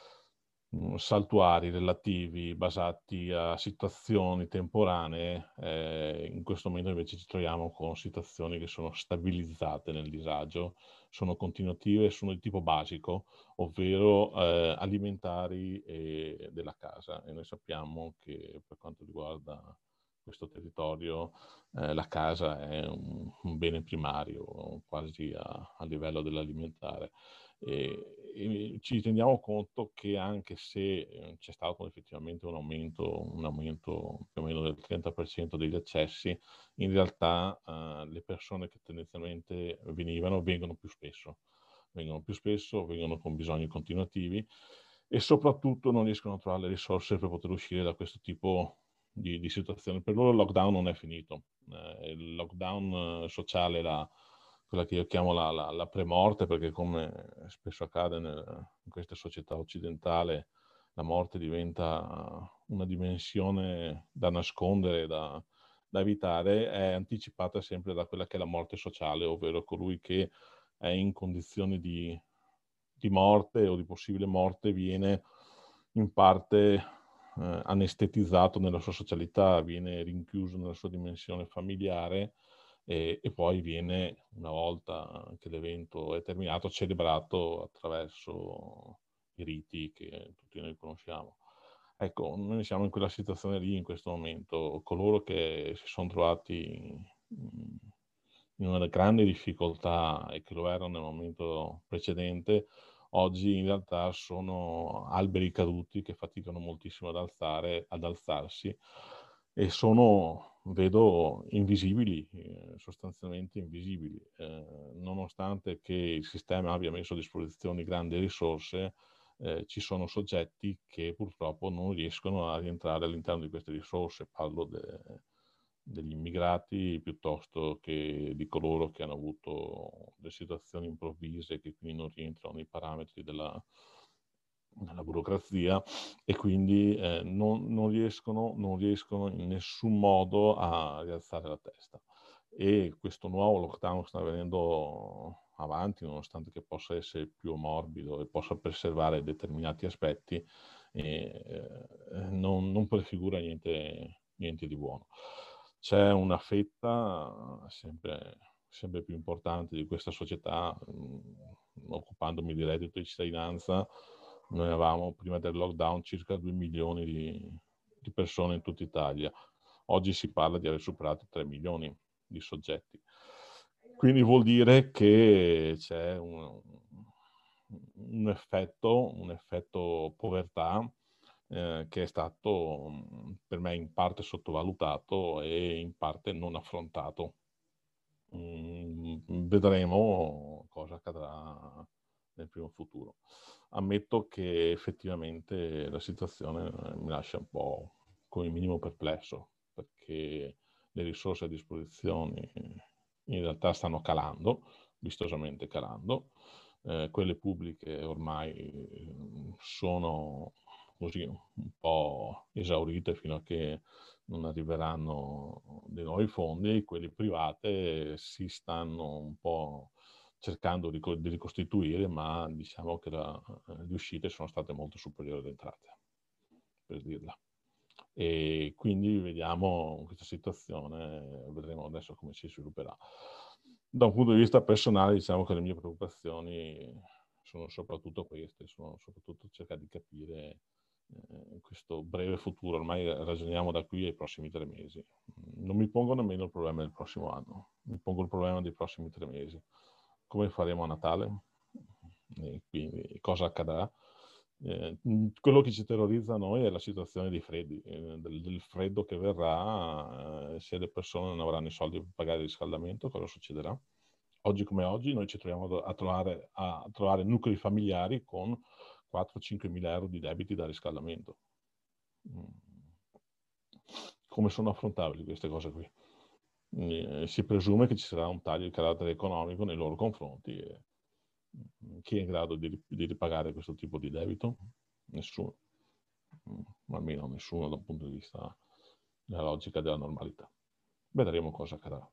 mh, saltuari, relativi, basati a situazioni temporanee, eh, in questo momento invece ci troviamo con situazioni che sono stabilizzate nel disagio, sono continuative, sono di tipo basico, ovvero eh, alimentari e della casa. E noi sappiamo che per quanto riguarda questo territorio eh, la casa è un, un bene primario, quasi a, a livello dell'alimentare. E, e ci rendiamo conto che, anche se c'è stato effettivamente un aumento, un aumento più o meno del trenta per cento degli accessi, in realtà eh, le persone che tendenzialmente venivano vengono più spesso, vengono più spesso, vengono con bisogni continuativi, e soprattutto non riescono a trovare le risorse per poter uscire da questo tipo di, di situazione. Per loro il lockdown non è finito, eh, il lockdown sociale, la, quella che io chiamo la, la, la premorte, perché come spesso accade nel, in queste società occidentali, la morte diventa una dimensione da nascondere, da, da evitare, è anticipata sempre da quella che è la morte sociale, ovvero colui che è in condizioni di, di morte o di possibile morte viene in parte eh, anestetizzato nella sua socialità, viene rinchiuso nella sua dimensione familiare, e, e poi viene, una volta che l'evento è terminato, celebrato attraverso i riti che tutti noi conosciamo. Ecco, noi siamo in quella situazione lì in questo momento. Coloro che si sono trovati in una grande difficoltà e che lo erano nel momento precedente, oggi in realtà sono alberi caduti che faticano moltissimo ad alzare, ad alzarsi, e sono, vedo, invisibili, eh, sostanzialmente invisibili. Eh, nonostante che il sistema abbia messo a disposizione grandi risorse, eh, ci sono soggetti che purtroppo non riescono a rientrare all'interno di queste risorse. Parlo de, degli immigrati piuttosto che di coloro che hanno avuto delle situazioni improvvise che quindi non rientrano nei parametri della, della burocrazia, e quindi eh, non, non, riescono, non riescono in nessun modo a rialzare la testa. E questo nuovo lockdown sta venendo avanti, nonostante che possa essere più morbido e possa preservare determinati aspetti, e, eh, non, non prefigura niente, niente di buono. C'è una fetta sempre, sempre più importante di questa società, mh, occupandomi di reddito di cittadinanza. Noi avevamo prima del lockdown circa due milioni di, di persone in tutta Italia. Oggi si parla di aver superato tre milioni di soggetti. Quindi vuol dire che c'è un, un effetto, un effetto povertà eh, che è stato per me in parte sottovalutato e in parte non affrontato. Mm, vedremo cosa accadrà nel primo futuro. Ammetto che effettivamente la situazione mi lascia un po' come minimo perplesso, perché le risorse a disposizione in realtà stanno calando, vistosamente calando. Eh, quelle pubbliche ormai sono così un po' esaurite fino a che non arriveranno dei nuovi fondi. Quelli private si stanno un po' cercando di, di ricostituire, ma diciamo che la, le uscite sono state molto superiori alle entrate, per dirla. E quindi vediamo questa situazione, vedremo adesso come si svilupperà. Da un punto di vista personale, diciamo che le mie preoccupazioni sono soprattutto queste, sono soprattutto cercare di capire eh, questo breve futuro. Ormai ragioniamo da qui ai prossimi tre mesi. Non mi pongo nemmeno il problema del prossimo anno, mi pongo il problema dei prossimi tre mesi. Come faremo a Natale? E quindi cosa accadrà? Eh, quello che ci terrorizza a noi è la situazione dei freddi, eh, del, del freddo che verrà, eh, se le persone non avranno i soldi per pagare il riscaldamento, cosa succederà? Oggi come oggi noi ci troviamo a trovare, a trovare nuclei familiari con quattro cinque mila euro di debiti da riscaldamento. Come sono affrontabili queste cose qui? Eh, si presume che ci sarà un taglio di carattere economico nei loro confronti. E chi è in grado di, di ripagare questo tipo di debito? Nessuno. Almeno nessuno dal punto di vista della logica della normalità. Vedremo cosa accadrà.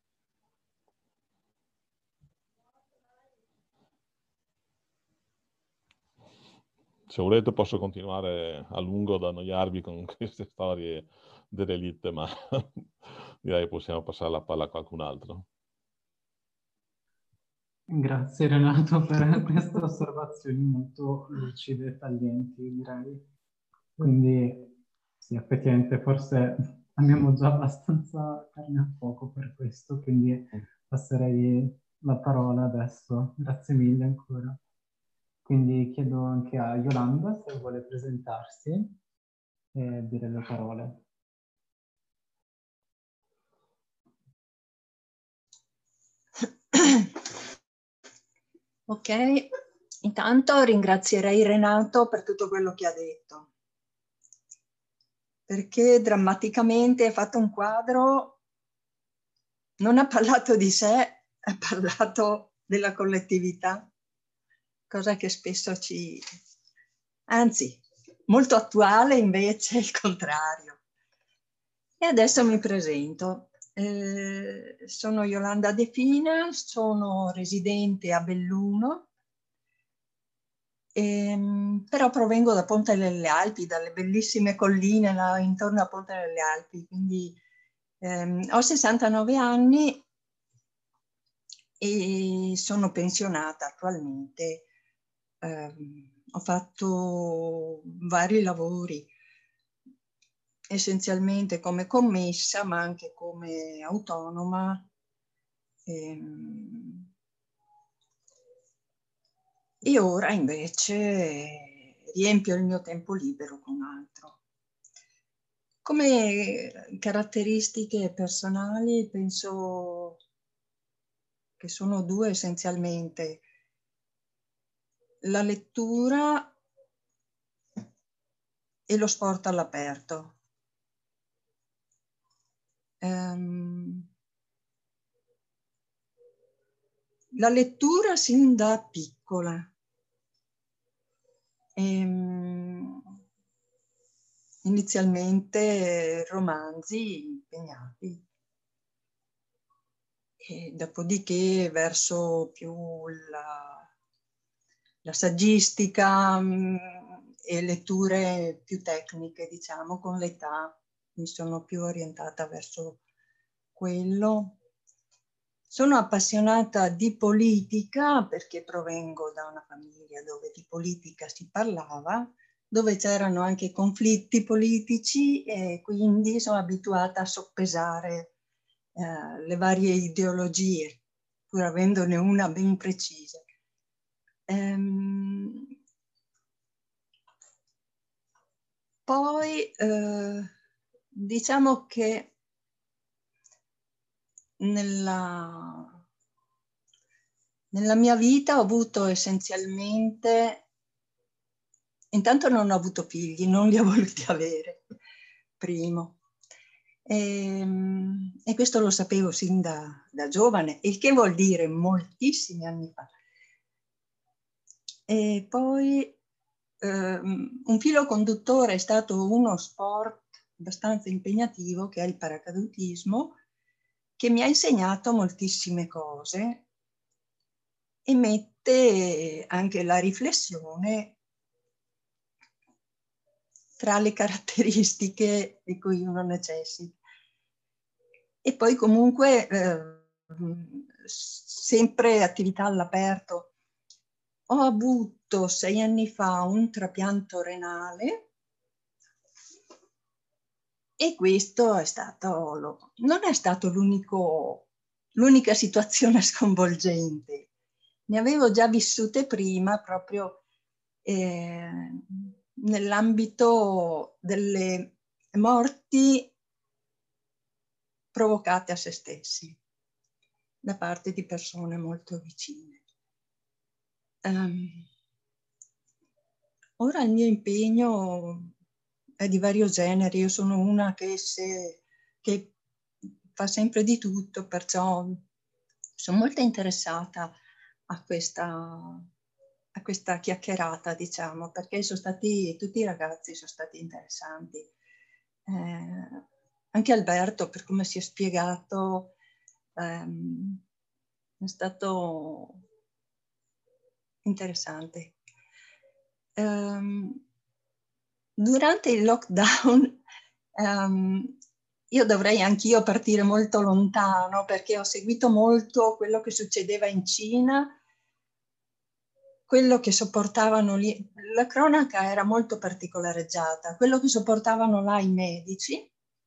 Se volete posso continuare a lungo ad annoiarvi con queste storie dell'elite, ma direi che possiamo passare la palla a qualcun altro. Grazie Renato per queste osservazioni molto lucide e taglienti, direi. Quindi sì, effettivamente forse abbiamo già abbastanza carne a fuoco per questo, quindi passerei la parola adesso. Grazie mille ancora. Quindi chiedo anche a Yolanda se vuole presentarsi e dire le parole. Ok, intanto ringrazierei Renato per tutto quello che ha detto, perché drammaticamente ha fatto un quadro, non ha parlato di sé, ha parlato della collettività, cosa che spesso ci... anzi, molto attuale invece il contrario. E adesso mi presento. Eh, sono Yolanda De Fina, sono residente a Belluno, ehm, però provengo da Ponte delle Alpi, dalle bellissime colline là intorno a Ponte delle Alpi, quindi ehm, ho sessantanove anni e sono pensionata attualmente. Eh, ho fatto vari lavori, essenzialmente come commessa, ma anche come autonoma. Ehm, E ora invece riempio il mio tempo libero con altro. Come caratteristiche personali penso che sono due essenzialmente: la lettura e lo sport all'aperto. Um, la lettura sin da piccola. Ehm, inizialmente romanzi impegnati, e dopodiché verso più la, la saggistica mh, e letture più tecniche, diciamo, con l'età mi sono più orientata verso quello. Sono appassionata di politica perché provengo da una famiglia dove di politica si parlava, dove c'erano anche conflitti politici, e quindi sono abituata a soppesare eh, le varie ideologie, pur avendone una ben precisa. Ehm, poi eh, diciamo che nella, nella mia vita ho avuto essenzialmente, intanto non ho avuto figli, non li ho voluti avere, primo. E, e questo lo sapevo sin da, da giovane, il che vuol dire moltissimi anni fa. E poi ehm, un filo conduttore è stato uno sport abbastanza impegnativo, che è il paracadutismo, che mi ha insegnato moltissime cose e mette anche la riflessione tra le caratteristiche di cui uno necessita. E poi comunque eh, sempre attività all'aperto. Ho avuto sei anni fa un trapianto renale e questo è stato, non è stato l'unico, l'unica situazione sconvolgente. Ne avevo già vissute prima, proprio eh, nell'ambito delle morti provocate a se stessi da parte di persone molto vicine. Um, ora il mio impegno è di vario genere. Io sono una che, se, che fa sempre di tutto, perciò sono molto interessata a questa, a questa chiacchierata, diciamo, perché sono stati, tutti i ragazzi sono stati interessanti. Eh, anche Alberto, per come si è spiegato, ehm, è stato interessante. Um, durante il lockdown um, io dovrei anch'io partire molto lontano, perché ho seguito molto quello che succedeva in Cina, quello che sopportavano lì. La cronaca era molto particolareggiata, quello che sopportavano là i medici,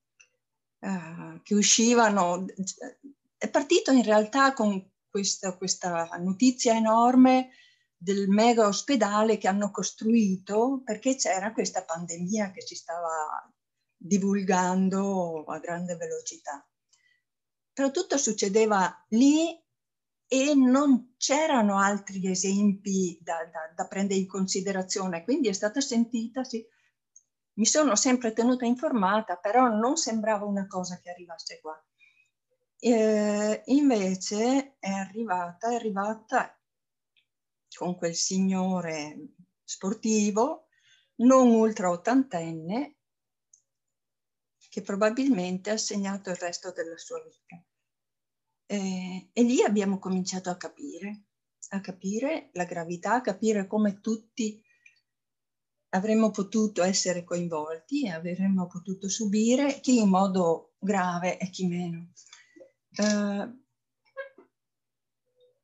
uh, che uscivano. È partito in realtà con questa, questa notizia enorme del mega ospedale che hanno costruito perché c'era questa pandemia che si stava divulgando a grande velocità. Però tutto succedeva lì e non c'erano altri esempi da, da, da prendere in considerazione, quindi è stata sentita, sì. Mi sono sempre tenuta informata, però non sembrava una cosa che arrivasse qua. Eh, invece è arrivata, è arrivata con quel signore sportivo, non ultra ottantenne, che probabilmente ha segnato il resto della sua vita. Eh, e lì abbiamo cominciato a capire, a capire la gravità, a capire come tutti avremmo potuto essere coinvolti e avremmo potuto subire, chi in modo grave e chi meno. Eh,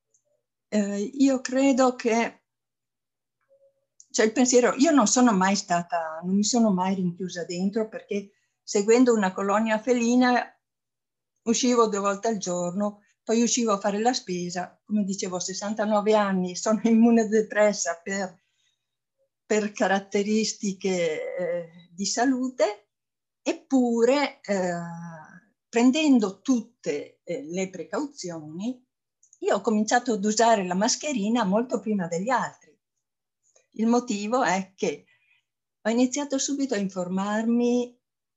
eh, io credo che, cioè il pensiero, io non sono mai stata, non mi sono mai rinchiusa dentro, perché seguendo una colonia felina uscivo due volte al giorno, poi uscivo a fare la spesa, come dicevo, ho sessantanove anni, sono immunodepressa per, per caratteristiche eh, di salute, eppure eh, prendendo tutte eh, le precauzioni, io ho cominciato ad usare la mascherina molto prima degli altri. Il motivo è che ho iniziato subito a informarmi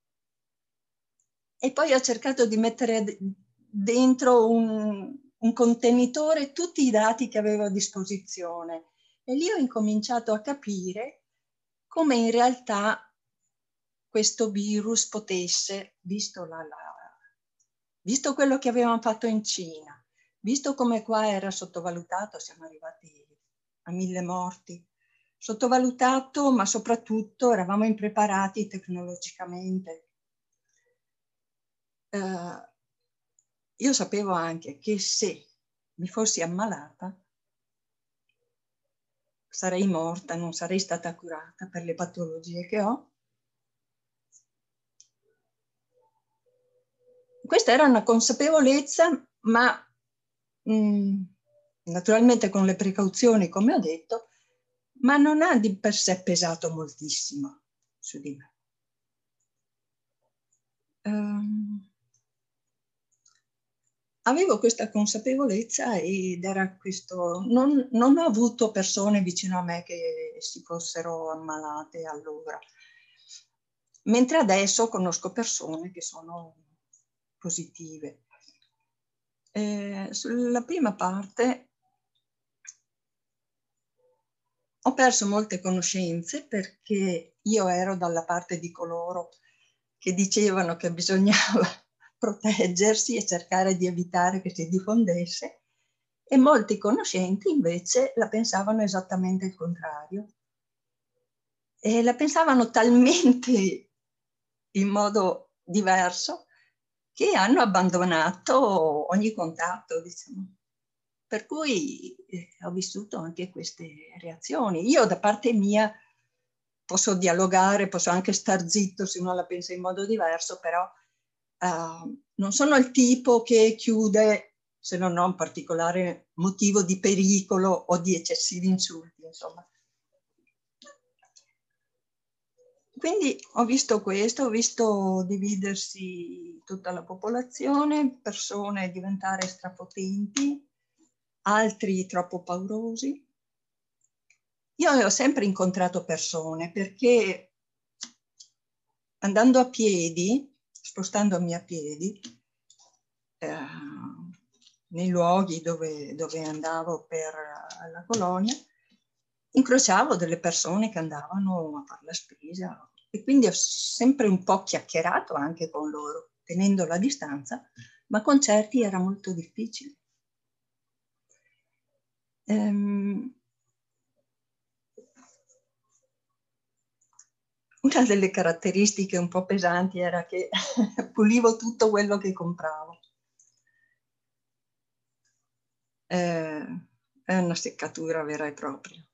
e poi ho cercato di mettere dentro un, un contenitore tutti i dati che avevo a disposizione, e lì ho incominciato a capire come in realtà questo virus potesse, visto, la, la, visto quello che avevamo fatto in Cina, visto come qua era sottovalutato, siamo arrivati a mille morti, sottovalutato, ma soprattutto eravamo impreparati tecnologicamente. Uh, io sapevo anche che se mi fossi ammalata sarei morta, non sarei stata curata per le patologie che ho. Questa era una consapevolezza, ma mh, naturalmente con le precauzioni, come ho detto, ma non ha di per sé pesato moltissimo su di me. Um, Avevo questa consapevolezza ed era questo, non, non ho avuto persone vicino a me che si fossero ammalate allora, mentre adesso conosco persone che sono positive. Eh, sulla prima parte ho perso molte conoscenze perché io ero dalla parte di coloro che dicevano che bisognava proteggersi e cercare di evitare che si diffondesse, e molti conoscenti invece la pensavano esattamente il contrario. E la pensavano talmente in modo diverso che hanno abbandonato ogni contatto, diciamo. Per cui eh, ho vissuto anche queste reazioni. Io da parte mia posso dialogare, posso anche star zitto se uno la pensa in modo diverso, però Uh, non sono il tipo che chiude se non ho un particolare motivo di pericolo o di eccessivi insulti, insomma. Quindi ho visto questo, ho visto dividersi tutta la popolazione, persone diventare strapotenti, altri troppo paurosi. Io ho sempre incontrato persone perché andando a piedi, spostandomi a piedi, eh, nei luoghi dove, dove andavo per la colonia, incrociavo delle persone che andavano a fare la spesa e quindi ho sempre un po' chiacchierato anche con loro, tenendo la distanza, ma con certi era molto difficile. Ehm, Una delle caratteristiche un po' pesanti era che pulivo tutto quello che compravo. Eh, è una seccatura vera e propria.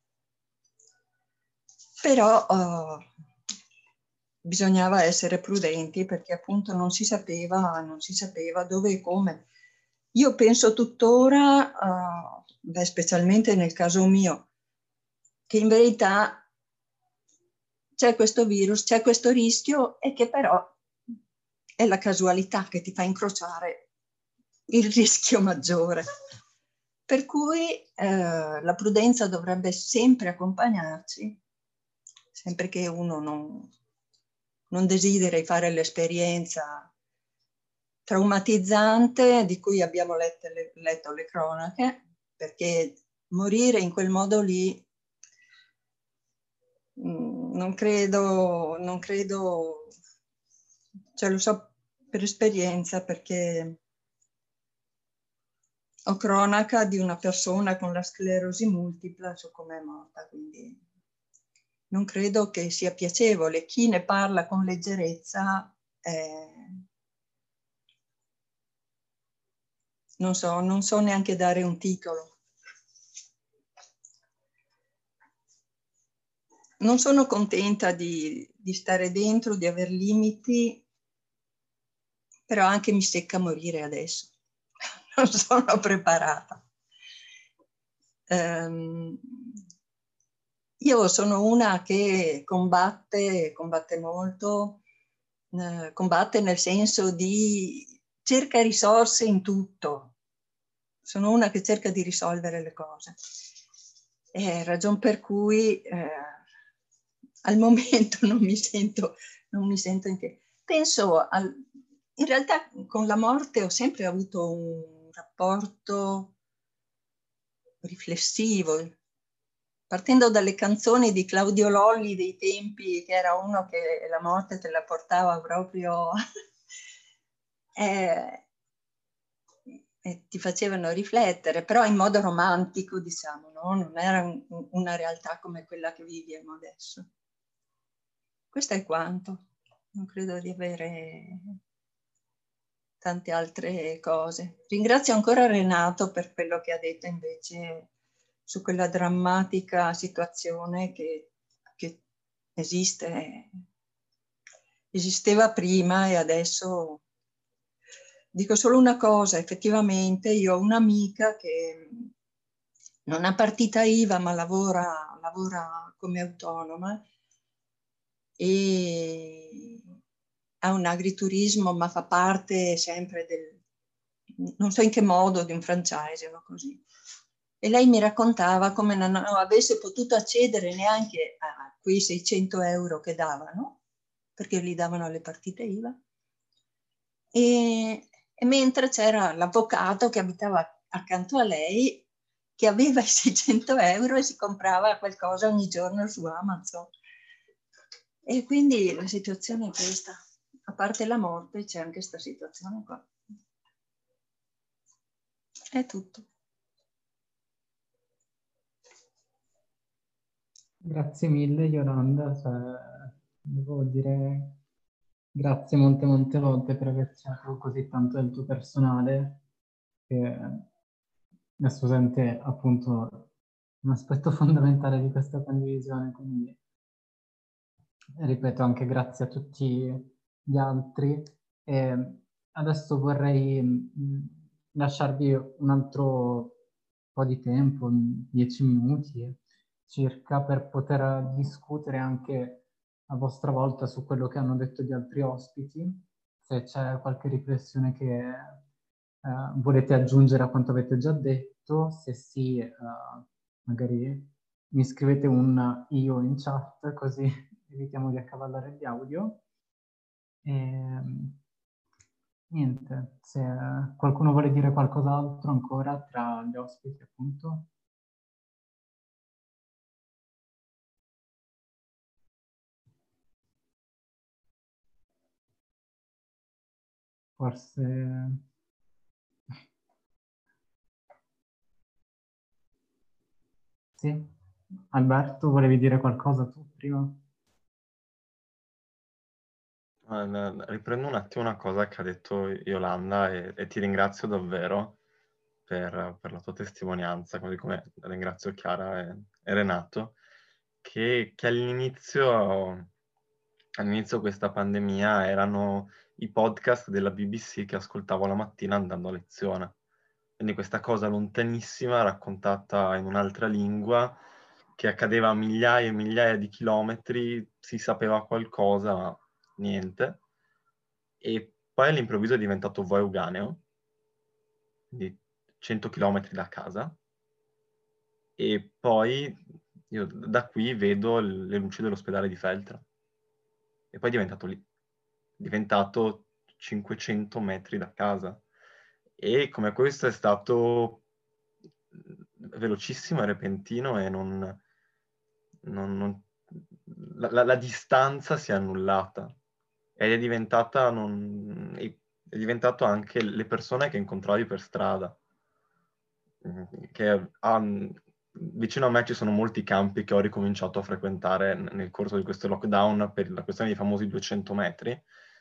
Però oh, bisognava essere prudenti perché appunto non si sapeva, non si sapeva dove e come. Io penso tuttora, uh, beh, specialmente nel caso mio, che in verità c'è questo virus, c'è questo rischio e che però è la casualità che ti fa incrociare il rischio maggiore. Per cui eh, la prudenza dovrebbe sempre accompagnarci, sempre che uno non, non desideri fare l'esperienza traumatizzante di cui abbiamo letto le, letto le cronache, perché morire in quel modo lì non credo, non credo, cioè lo so per esperienza perché ho cronaca di una persona con la sclerosi multipla su come è morta, quindi non credo che sia piacevole. Chi ne parla con leggerezza eh, non so, non so neanche dare un titolo. non sono contenta di, di stare dentro, di aver limiti, però anche mi secca morire adesso. Non sono preparata. Um, io sono una che combatte, combatte molto, eh, combatte nel senso di cerca risorse in tutto. Sono una che cerca di risolvere le cose. È ragion per cui eh, al momento non mi sento, non mi sento in che. Penso al, in realtà con la morte ho sempre avuto un rapporto riflessivo, partendo dalle canzoni di Claudio Lolli dei tempi, che era uno che la morte te la portava proprio eh, e ti facevano riflettere, però in modo romantico, diciamo, no? Non era un, una realtà come quella che viviamo adesso. Questo è quanto. Non credo di avere tante altre cose. Ringrazio ancora Renato per quello che ha detto invece su quella drammatica situazione che, che esiste, esisteva prima e adesso. Dico solo una cosa, effettivamente io ho un'amica che non ha partita I V A ma lavora, lavora come autonoma e ha un agriturismo ma fa parte sempre del, non so in che modo, di un franchising o così. E lei mi raccontava come non avesse potuto accedere neanche a quei seicento euro che davano, perché gli davano le partite I V A. E, e mentre c'era l'avvocato che abitava accanto a lei, che aveva i seicento euro e si comprava qualcosa ogni giorno su Amazon. E quindi la situazione è questa. A parte la morte c'è anche questa situazione qua. È tutto. Grazie mille Yolanda, cioè, devo dire grazie molte molte volte per averci dato così tanto del tuo personale, che adesso sente appunto un aspetto fondamentale di questa condivisione, quindi ripeto anche grazie a tutti gli altri. E adesso vorrei mh, lasciarvi un altro po' di tempo, dieci minuti circa, per poter discutere anche a vostra volta su quello che hanno detto gli altri ospiti, se c'è qualche riflessione che eh, volete aggiungere a quanto avete già detto, se sì, eh, magari mi scrivete un io in chat così evitiamo di accavallare gli audio. E, niente, se qualcuno vuole dire qualcos'altro ancora tra gli ospiti, appunto. Forse... Sì? Alberto, volevi dire qualcosa tu prima? Riprendo un attimo una cosa che ha detto Yolanda e, e ti ringrazio davvero per, per la tua testimonianza, così come ringrazio Chiara e, e Renato, che, che all'inizio, all'inizio questa pandemia erano i podcast della B B C che ascoltavo la mattina andando a lezione. Quindi questa cosa lontanissima, raccontata in un'altra lingua, che accadeva a migliaia e migliaia di chilometri, si sapeva qualcosa, ma niente. E poi all'improvviso è diventato Voeuganeo, quindi cento chilometri da casa, e poi io da qui vedo le luci dell'ospedale di Feltre. E poi è diventato lì, è diventato cinquecento metri da casa. E come questo è stato velocissimo e repentino e non... non, non la, la, la distanza si è annullata. Ed è diventata, non, è diventato anche le persone che incontravi per strada. Che, um, vicino a me ci sono molti campi che ho ricominciato a frequentare nel corso di questo lockdown per la questione dei famosi duecento metri.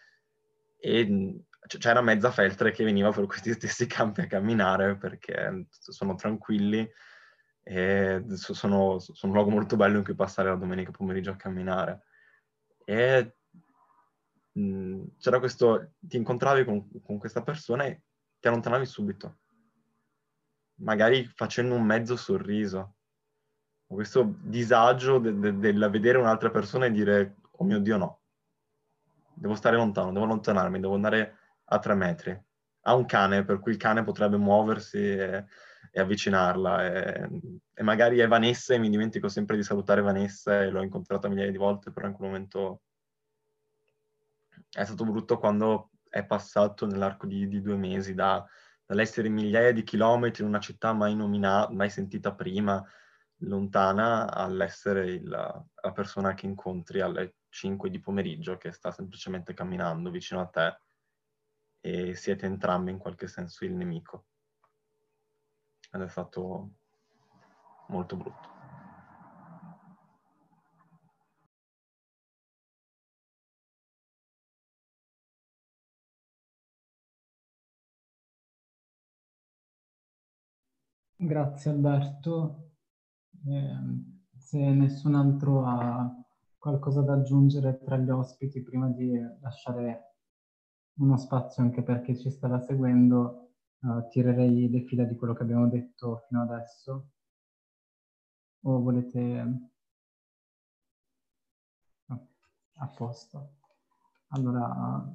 E c'era mezza Feltre che veniva per questi stessi campi a camminare perché sono tranquilli e sono, sono un luogo molto bello in cui passare la domenica pomeriggio a camminare. E mh, c'era questo, ti incontravi con, con questa persona e ti allontanavi subito, magari facendo un mezzo sorriso. Questo disagio del de, de, vedere un'altra persona e dire, oh mio Dio no, devo stare lontano, devo allontanarmi, devo andare a tre metri. Ha un cane, per cui il cane potrebbe muoversi e, e avvicinarla. E, e magari è Vanessa e mi dimentico sempre di salutare Vanessa e l'ho incontrata migliaia di volte, però in quel momento è stato brutto quando è passato nell'arco di, di due mesi da, dall'essere migliaia di chilometri in una città mai nominata, mai sentita prima, lontana, all'essere il, la persona che incontri alle cinque di pomeriggio che sta semplicemente camminando vicino a te e siete entrambi in qualche senso il nemico. Ed è stato molto brutto. Grazie Alberto. Eh, se nessun altro ha qualcosa da aggiungere tra gli ospiti prima di lasciare uno spazio anche per chi ci stava seguendo, uh, tirerei le fila di quello che abbiamo detto fino adesso. O volete... No, a posto. Allora...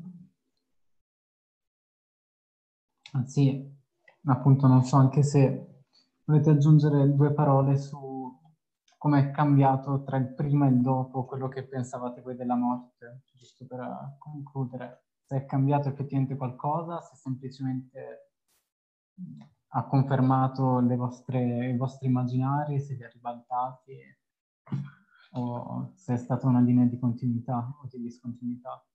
Sì, appunto non so anche se volete aggiungere due parole su come è cambiato tra il prima e il dopo quello che pensavate voi della morte, giusto per concludere. Se è cambiato effettivamente qualcosa, se semplicemente ha confermato le vostre, i vostri immaginari, se li ha ribaltati, o se è stata una linea di continuità o di discontinuità.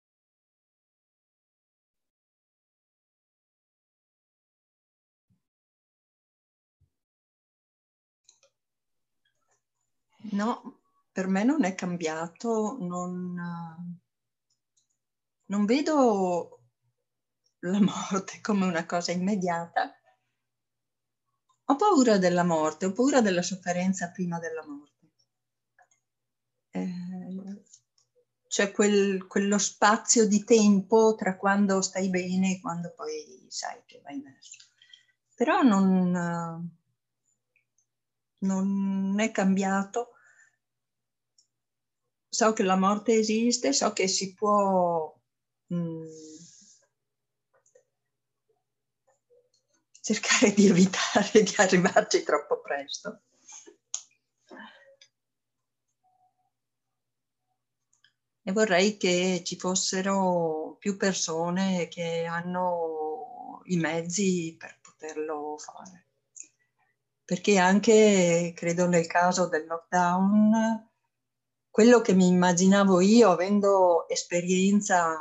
No, per me non è cambiato, non, non vedo la morte come una cosa immediata. Ho paura della morte, ho paura della sofferenza prima della morte. Eh, c'è quel, quello spazio di tempo tra quando stai bene e quando poi sai che vai verso. Però non, non è cambiato. So che la morte esiste, so che si può mh, cercare di evitare di arrivarci troppo presto. E vorrei che ci fossero più persone che hanno i mezzi per poterlo fare. Perché anche, credo nel caso del lockdown, quello che mi immaginavo io, avendo esperienza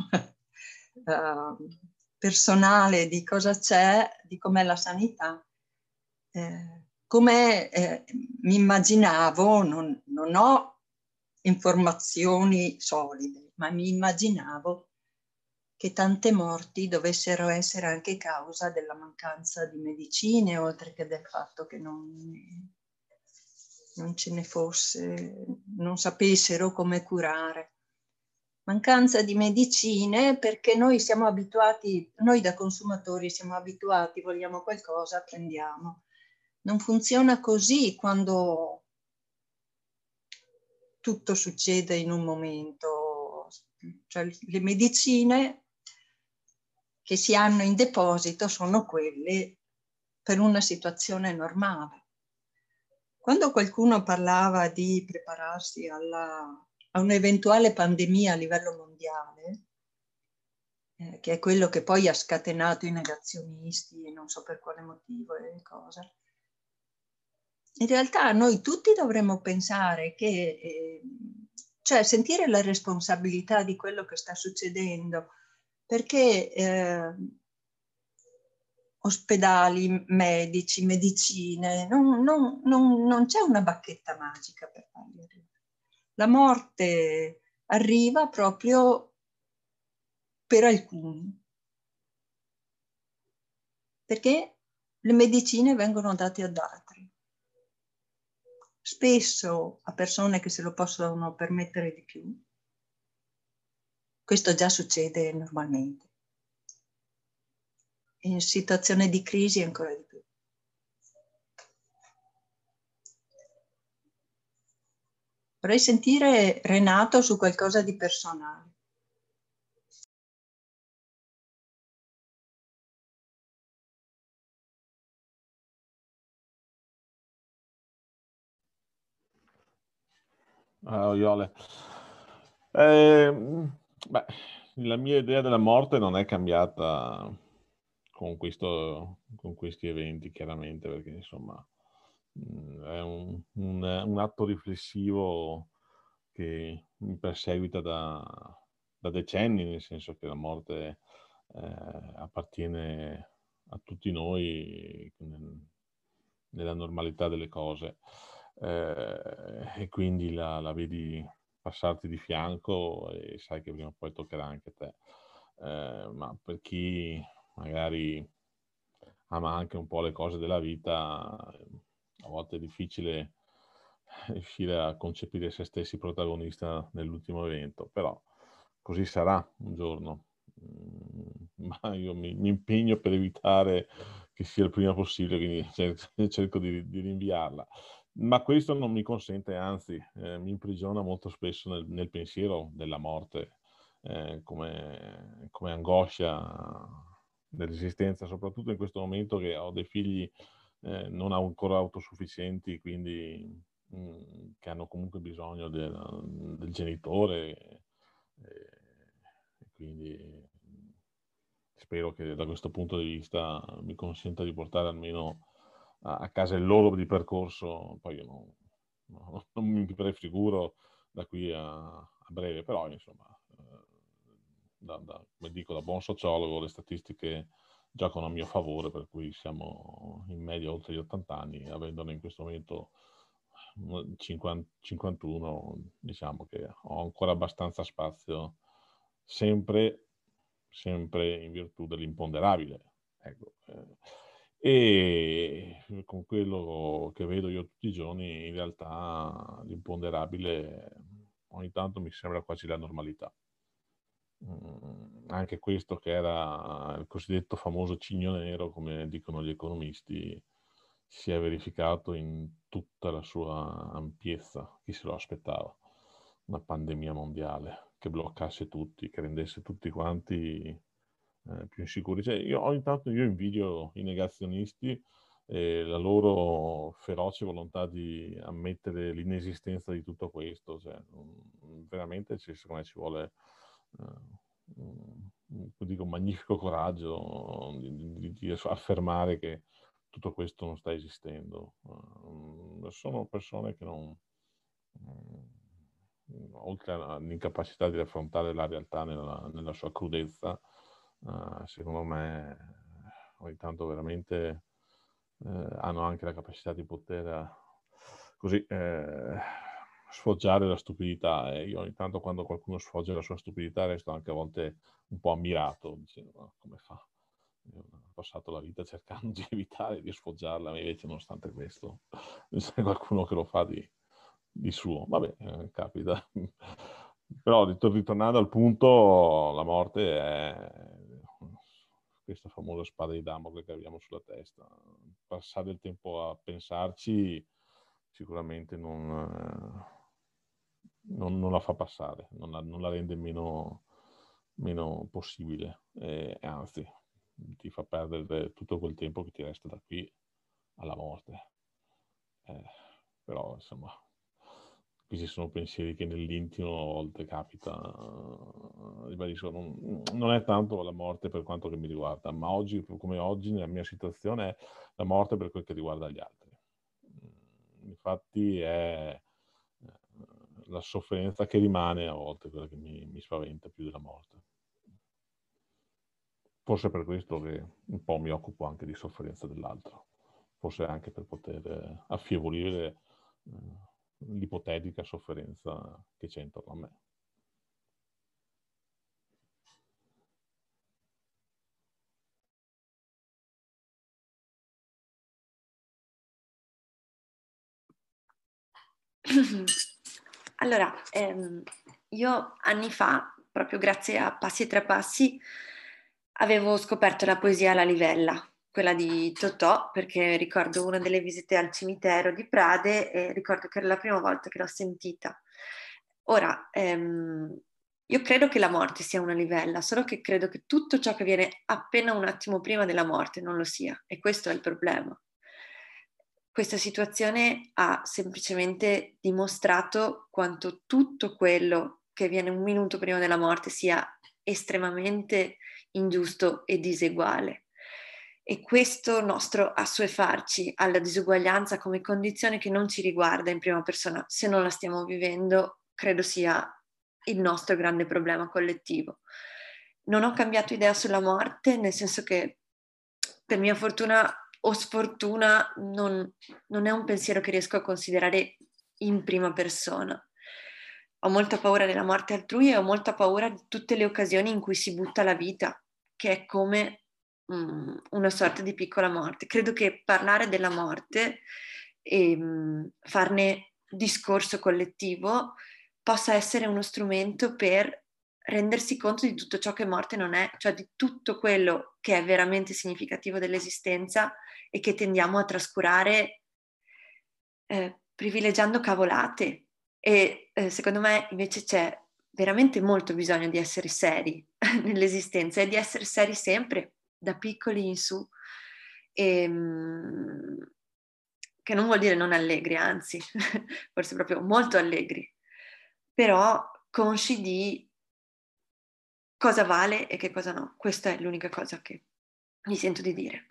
uh, personale di cosa c'è, di com'è la sanità, eh, come eh, mi immaginavo, non, non ho informazioni solide, ma mi immaginavo che tante morti dovessero essere anche causa della mancanza di medicine, oltre che del fatto che non, non ce ne fosse, non sapessero come curare. Mancanza di medicine perché noi siamo abituati, noi da consumatori siamo abituati, vogliamo qualcosa, prendiamo. Non funziona così quando tutto succede in un momento. Cioè, le medicine che si hanno in deposito sono quelle per una situazione normale. Quando qualcuno parlava di prepararsi alla, a un'eventuale pandemia a livello mondiale, eh, che è quello che poi ha scatenato i negazionisti, e non so per quale motivo e cosa, in realtà noi tutti dovremmo pensare che, eh, cioè sentire la responsabilità di quello che sta succedendo, perché eh, ospedali, medici, medicine, non, non, non, non c'è una bacchetta magica per farli arrivare. La morte arriva proprio per alcuni, perché le medicine vengono date ad altri. spesso a persone che se lo possono permettere di più. Questo già succede normalmente. In situazioni di crisi ancora di più. Vorrei sentire Renato su qualcosa di personale. Ah, Iole. Eh, beh, la mia idea della morte non è cambiata con, questo, con questi eventi, chiaramente, perché insomma è un, un, un atto riflessivo che mi perseguita da, da decenni, nel senso che la morte eh, appartiene a tutti noi nella normalità delle cose. Eh, e quindi la, la vedi passarti di fianco e sai che prima o poi toccherà anche a te. Eh, ma per chi magari ama anche un po' le cose della vita, a volte è difficile riuscire a concepire se stessi protagonista nell'ultimo evento, però così sarà un giorno. Ma io mi, mi impegno per evitare che sia il prima possibile, quindi cerco di, di rinviarla. Ma questo non mi consente, anzi, eh, mi imprigiona molto spesso nel, nel pensiero della morte, eh, come, come angoscia dell'esistenza, soprattutto in questo momento che ho dei figli eh, non ancora autosufficienti, quindi mh, che hanno comunque bisogno del, del genitore. E, e quindi spero che da questo punto di vista mi consenta di portare almeno a, a casa il loro di percorso. Poi io non, no, non mi prefiguro da qui a, a breve, però insomma, eh, da, da, come dico, da buon sociologo, le statistiche giocano a mio favore, per cui siamo in media oltre gli ottanta anni, avendone in questo momento cinquanta, cinquantuno, diciamo che ho ancora abbastanza spazio, sempre, sempre in virtù dell'imponderabile. Ecco. E con quello che vedo io tutti i giorni, in realtà l'imponderabile ogni tanto mi sembra quasi la normalità. Anche questo, che era il cosiddetto famoso cigno nero, come dicono gli economisti, si è verificato in tutta la sua ampiezza. Chi se lo aspettava? Una pandemia mondiale che bloccasse tutti, che rendesse tutti quanti eh, più insicuri. Cioè, io ogni tanto io invidio i negazionisti e la loro feroce volontà di ammettere l'inesistenza di tutto questo. Cioè, veramente secondo me ci vuole uh, un, dico, un magnifico coraggio di, di, di affermare che tutto questo non sta esistendo. Uh, sono persone che non, uh, oltre all'incapacità di affrontare la realtà nella, nella sua crudezza, uh, secondo me ogni tanto veramente uh, hanno anche la capacità di poter uh, così eh, sfoggiare la stupidità. E io ogni tanto, quando qualcuno sfoggia la sua stupidità, resto anche a volte un po' ammirato, dicendo ma come fa? Io ho passato la vita cercando di evitare di sfoggiarla, ma invece nonostante questo c'è qualcuno che lo fa di, di suo. Vabbè, eh, capita. Però ritornando al punto, la morte è questa famosa spada di Damocle che abbiamo sulla testa. Passare il tempo a pensarci sicuramente non, non, non la fa passare, non la, non la rende meno, meno possibile, e anzi ti fa perdere tutto quel tempo che ti resta da qui alla morte. Eh, però insomma, questi sono pensieri che nell'intimo a volte capita. Ribadisco, non, non è tanto la morte per quanto che mi riguarda, ma oggi, come oggi, nella mia situazione, è la morte per quel che riguarda gli altri. Infatti è la sofferenza che rimane a volte quella che mi, mi spaventa più della morte. Forse per questo che un po' mi occupo anche di sofferenza dell'altro, forse anche per poter affievolire eh, l'ipotetica sofferenza che c'è intorno a me. Allora, ehm, io anni fa, proprio grazie a Passi e Trapassi, avevo scoperto la poesia alla livella, quella di Totò, perché ricordo una delle visite al cimitero di Prade e ricordo che era la prima volta che l'ho sentita. Ora, ehm, io credo che la morte sia una livella, solo che credo che tutto ciò che viene appena un attimo prima della morte non lo sia, e questo è il problema. Questa situazione ha semplicemente dimostrato quanto tutto quello che viene un minuto prima della morte sia estremamente ingiusto e diseguale. E questo nostro assuefarci alla disuguaglianza come condizione che non ci riguarda in prima persona, se non la stiamo vivendo, credo sia il nostro grande problema collettivo. Non ho cambiato idea sulla morte, nel senso che per mia fortuna o sfortuna non, non è un pensiero che riesco a considerare in prima persona. Ho molta paura della morte altrui e ho molta paura di tutte le occasioni in cui si butta la vita, che è come um, una sorta di piccola morte. Credo che parlare della morte e um, farne discorso collettivo possa essere uno strumento per rendersi conto di tutto ciò che morte non è, cioè di tutto quello che è veramente significativo dell'esistenza e che tendiamo a trascurare eh, privilegiando cavolate. E eh, secondo me invece c'è veramente molto bisogno di essere seri nell'esistenza e di essere seri sempre, da piccoli in su, e, mh, che non vuol dire non allegri, anzi, forse proprio molto allegri, però consci di cosa vale e che cosa no. Questa è l'unica cosa che mi sento di dire.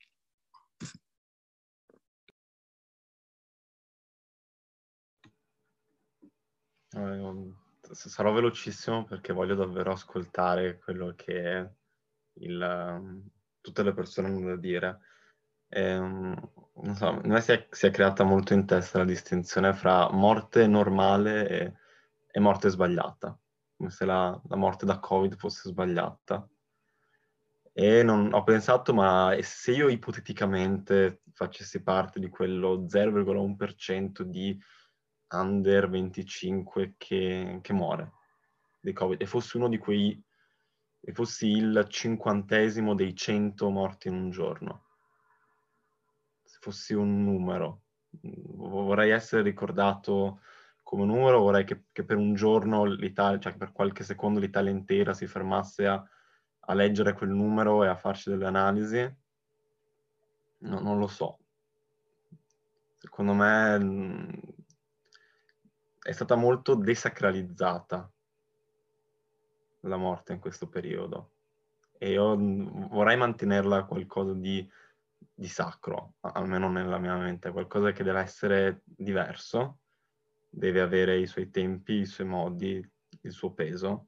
Eh, sarò velocissimo perché voglio davvero ascoltare quello che il, tutte le persone hanno da dire. E, non so, a me si è, si è creata molto in testa la distinzione fra morte normale e, e morte sbagliata, come se la, la morte da Covid fosse sbagliata. E non, ho pensato, ma se io ipoteticamente facessi parte di quello zero virgola uno per cento di under venticinque che, che muore di Covid, e fossi uno di quei, e fossi il cinquantesimo dei cento morti in un giorno, se fossi un numero, vorrei essere ricordato come un numero, vorrei che, che per un giorno l'Italia, cioè per qualche secondo l'Italia intera si fermasse a, a leggere quel numero e a farci delle analisi. No, non lo so. Secondo me mh, è stata molto desacralizzata la morte in questo periodo e io mh, vorrei mantenerla qualcosa di, di sacro, almeno nella mia mente, qualcosa che deve essere diverso, deve avere i suoi tempi, i suoi modi, il suo peso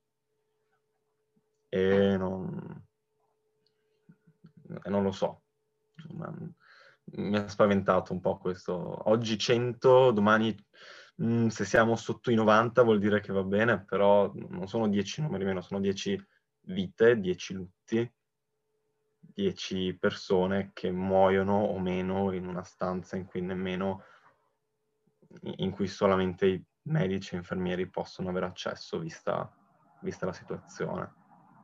e non, e non lo so. Mi ha spaventato un po' questo. Oggi cento, domani mh, se siamo sotto i novanta vuol dire che va bene, però non sono dieci numeri meno, sono dieci vite, dieci lutti, dieci persone che muoiono o meno in una stanza in cui nemmeno, in cui solamente i medici e infermieri possono avere accesso, vista, vista la situazione.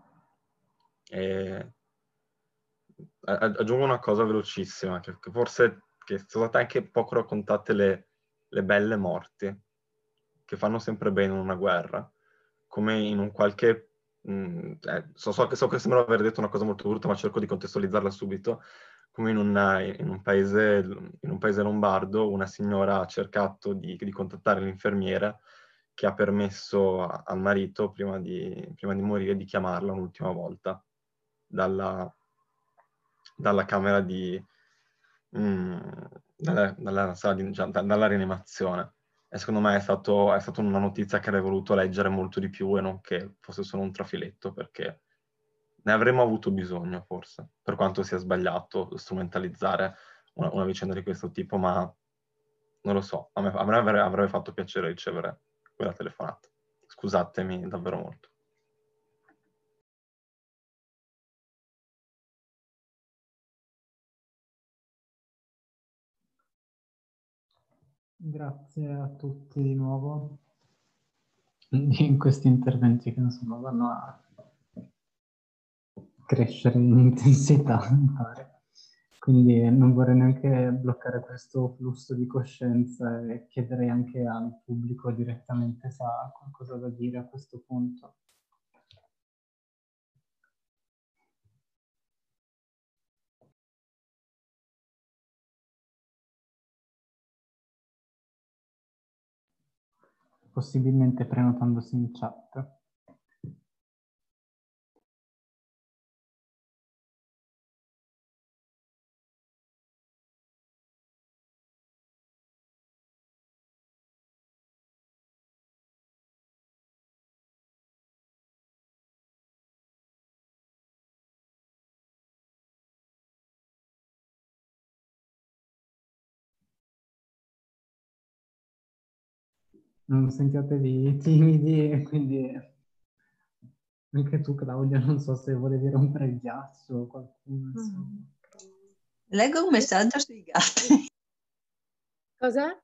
E aggiungo una cosa velocissima, che, che forse che sono state anche poco raccontate le, le belle morti, che fanno sempre bene in una guerra, come in un qualche... Mh, eh, so, so, che, so che sembra aver detto una cosa molto brutta, ma cerco di contestualizzarla subito, come in, una, in, un, paese, in un paese lombardo una signora ha cercato di, di contattare l'infermiera che ha permesso a, al marito, prima di, prima di morire, di chiamarla un'ultima volta dalla, dalla camera di... Mh, dalla, dalla, sala di, dalla rianimazione. E secondo me è stato, è stata una notizia che avrei voluto leggere molto di più e non che fosse solo un trafiletto, perché ne avremmo avuto bisogno forse, per quanto sia sbagliato strumentalizzare una, una vicenda di questo tipo, ma non lo so, a me, a me avrebbe, avrebbe fatto piacere ricevere quella telefonata. Scusatemi davvero molto. Grazie a tutti di nuovo in questi interventi che insomma vanno a crescere in intensità, mi pare. Quindi non vorrei neanche bloccare questo flusso di coscienza e chiederei anche al pubblico direttamente se ha qualcosa da dire a questo punto. Possibilmente prenotandosi in chat. Non sentiatevi timidi e quindi anche tu, Claudia, non so se volevi rompere il ghiaccio o qualcuno, insomma. Leggo un messaggio sui gatti. Cosa?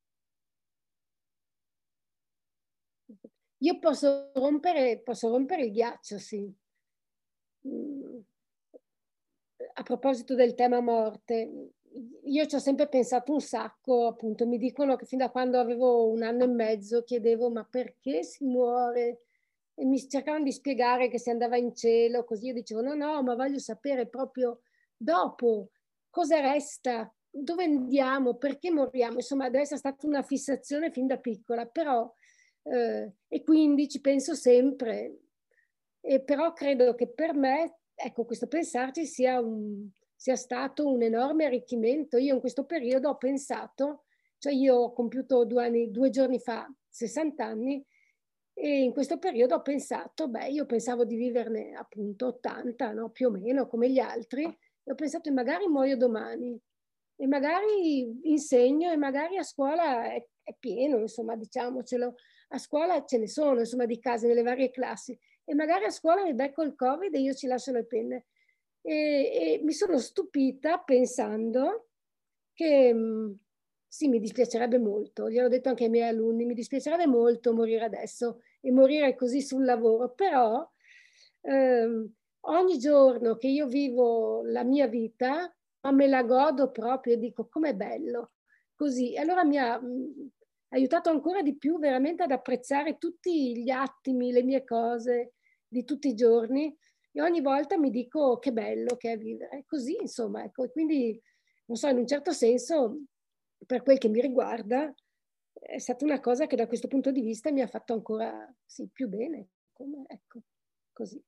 Io posso rompere, posso rompere il ghiaccio, sì. Mm. A proposito del tema morte, io ci ho sempre pensato un sacco, appunto, mi dicono che fin da quando avevo un anno e mezzo chiedevo ma perché si muore? E mi cercavano di spiegare che si andava in cielo, così io dicevo no, no, ma voglio sapere proprio dopo cosa resta, dove andiamo, perché moriamo, insomma deve essere stata una fissazione fin da piccola, però, eh, e quindi ci penso sempre, e però credo che per me, ecco, questo pensarci sia, un, sia stato un enorme arricchimento. Io in questo periodo ho pensato, cioè io ho compiuto due, anni, due giorni fa sessanta anni, e in questo periodo ho pensato, beh, io pensavo di viverne appunto ottanta, no? Più o meno come gli altri, e ho pensato magari muoio domani, e magari insegno, e magari a scuola è, è pieno, insomma, diciamocelo, a scuola ce ne sono, insomma, di case nelle varie classi, e magari a scuola mi becco il Covid e io ci lascio le penne. E, e mi sono stupita pensando che mh, sì, mi dispiacerebbe molto, gliel'ho detto anche ai miei alunni, mi dispiacerebbe molto morire adesso e morire così sul lavoro, però ehm, ogni giorno che io vivo la mia vita, ma me la godo proprio e dico com'è bello, così. E allora mi ha mh, aiutato ancora di più veramente ad apprezzare tutti gli attimi, le mie cose di tutti i giorni, e ogni volta mi dico che bello che è vivere, così insomma, ecco, e quindi non so, in un certo senso, per quel che mi riguarda, è stata una cosa che da questo punto di vista mi ha fatto ancora sì, più bene, come, ecco, così.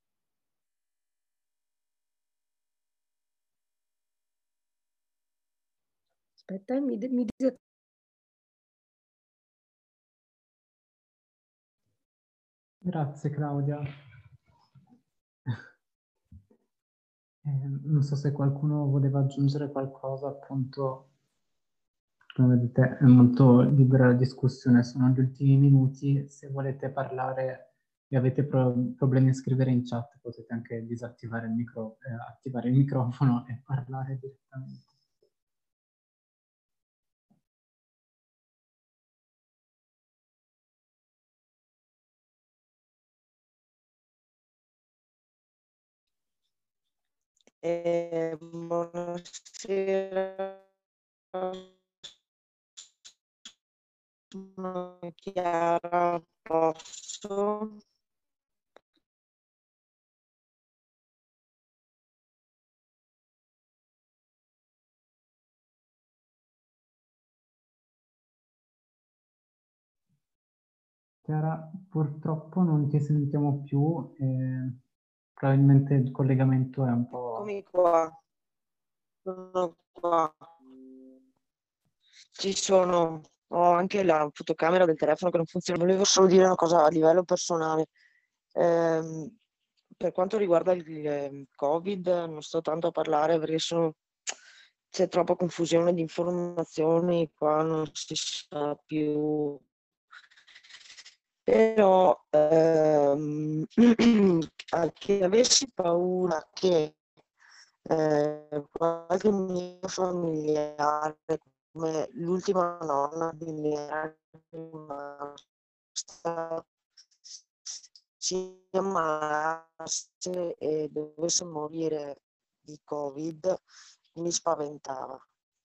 Aspetta, mi, mi dis- Grazie Claudia. Eh, non so se qualcuno voleva aggiungere qualcosa, appunto, come vedete è molto libera la discussione, sono gli ultimi minuti, se volete parlare e avete pro- problemi a scrivere in chat potete anche disattivare il, micro, eh, attivare il microfono e parlare direttamente. Eh, buonasera. Sono Chiara, posso? Chiara, purtroppo non ti sentiamo più, eh, probabilmente il collegamento è un po'... Eccomi qua. Sono qua. Ci sono. Ho anche la fotocamera del telefono che non funziona. Volevo solo dire una cosa a livello personale. Ehm, per quanto riguarda il, il Covid, non sto tanto a parlare perché sono, c'è troppa confusione di informazioni, qua non si sa più. Però ehm, che avessi paura che eh, qualche mio familiare come l'ultima nonna di mia rimasta si ammalasse e dovesse morire di Covid, mi spaventava.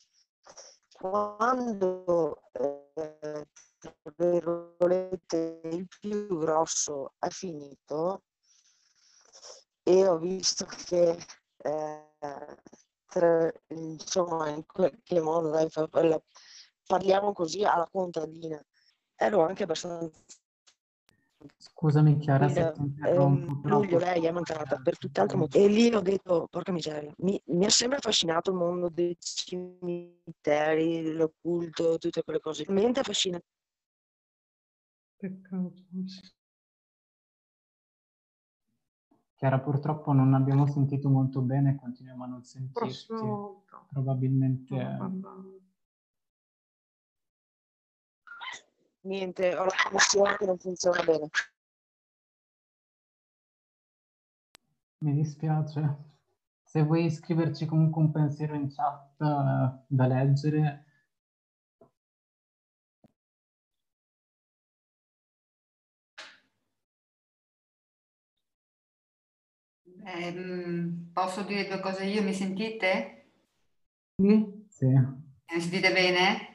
Quando eh, tra virgolette, il più grosso è finito e ho visto che eh, tra, insomma in qualche modo dai, parliamo così alla contadina, ero anche abbastanza. Scusami Chiara se Il ti interrompo, ehm, però luglio lei è purtroppo mancata eh, per tutt'altro motivo. E lì ho detto, porca miseria, mi, mi ha sempre affascinato il mondo dei cimiteri, dell'occulto, tutte quelle cose. Mente affascinante. Peccato. Chiara, purtroppo non abbiamo sentito molto bene e continuiamo a non sentirti. Prossima volta. Probabilmente... Niente, ho la connessione che non funziona bene. Mi dispiace. Se vuoi scriverci comunque un pensiero in chat uh, da leggere. Eh, mh, posso dire due cose io? Mi sentite? Sì? Sì. Mi sentite bene?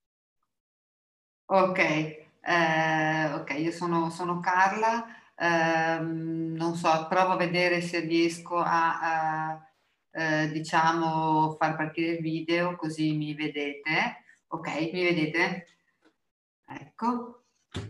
Ok, eh, ok, io sono, sono Carla, ehm, non so, provo a vedere se riesco a, a eh, diciamo, far partire il video così mi vedete. Ok, mi vedete? Ecco.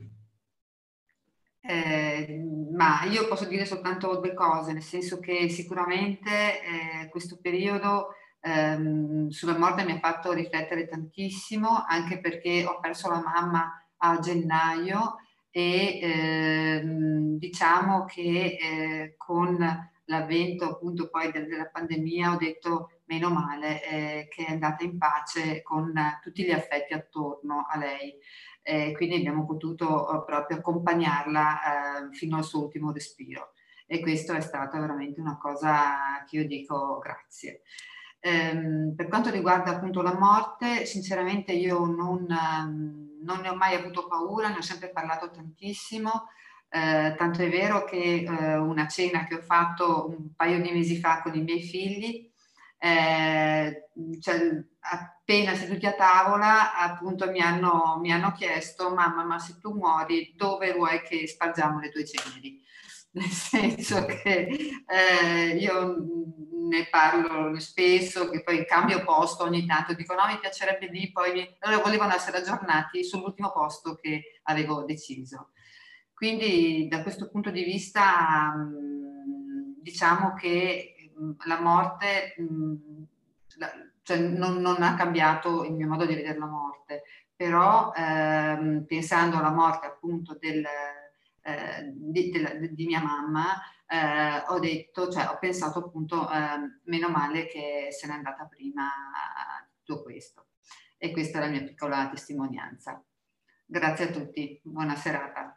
Eh, ma io posso dire soltanto due cose, nel senso che sicuramente eh, questo periodo ehm, sulla morte mi ha fatto riflettere tantissimo, anche perché ho perso la mamma a gennaio e ehm, diciamo che eh, con l'avvento appunto poi de- della pandemia ho detto meno male eh, che è andata in pace con tutti gli affetti attorno a lei. Eh, quindi abbiamo potuto eh, proprio accompagnarla eh, fino al suo ultimo respiro e questo è stata veramente una cosa che io dico grazie. Ehm, per quanto riguarda appunto la morte, sinceramente io non, ehm, non ne ho mai avuto paura, ne ho sempre parlato tantissimo, eh, tanto è vero che eh, una cena che ho fatto un paio di mesi fa con i miei figli, eh, cioè, appena seduti a tavola appunto mi hanno, mi hanno chiesto mamma ma se tu muori dove vuoi che spargiamo le tue ceneri? Nel senso che eh, io ne parlo spesso, che poi cambio posto ogni tanto, dico no mi piacerebbe lì, poi allora volevano essere aggiornati sull'ultimo posto che avevo deciso. Quindi da questo punto di vista diciamo che la morte mh, la, cioè non, non ha cambiato il mio modo di vedere la morte, però ehm, pensando alla morte appunto del, eh, di, della, di mia mamma eh, ho detto, cioè ho pensato appunto eh, meno male che se n'è andata prima tutto questo e questa è la mia piccola testimonianza. Grazie a tutti, buona serata.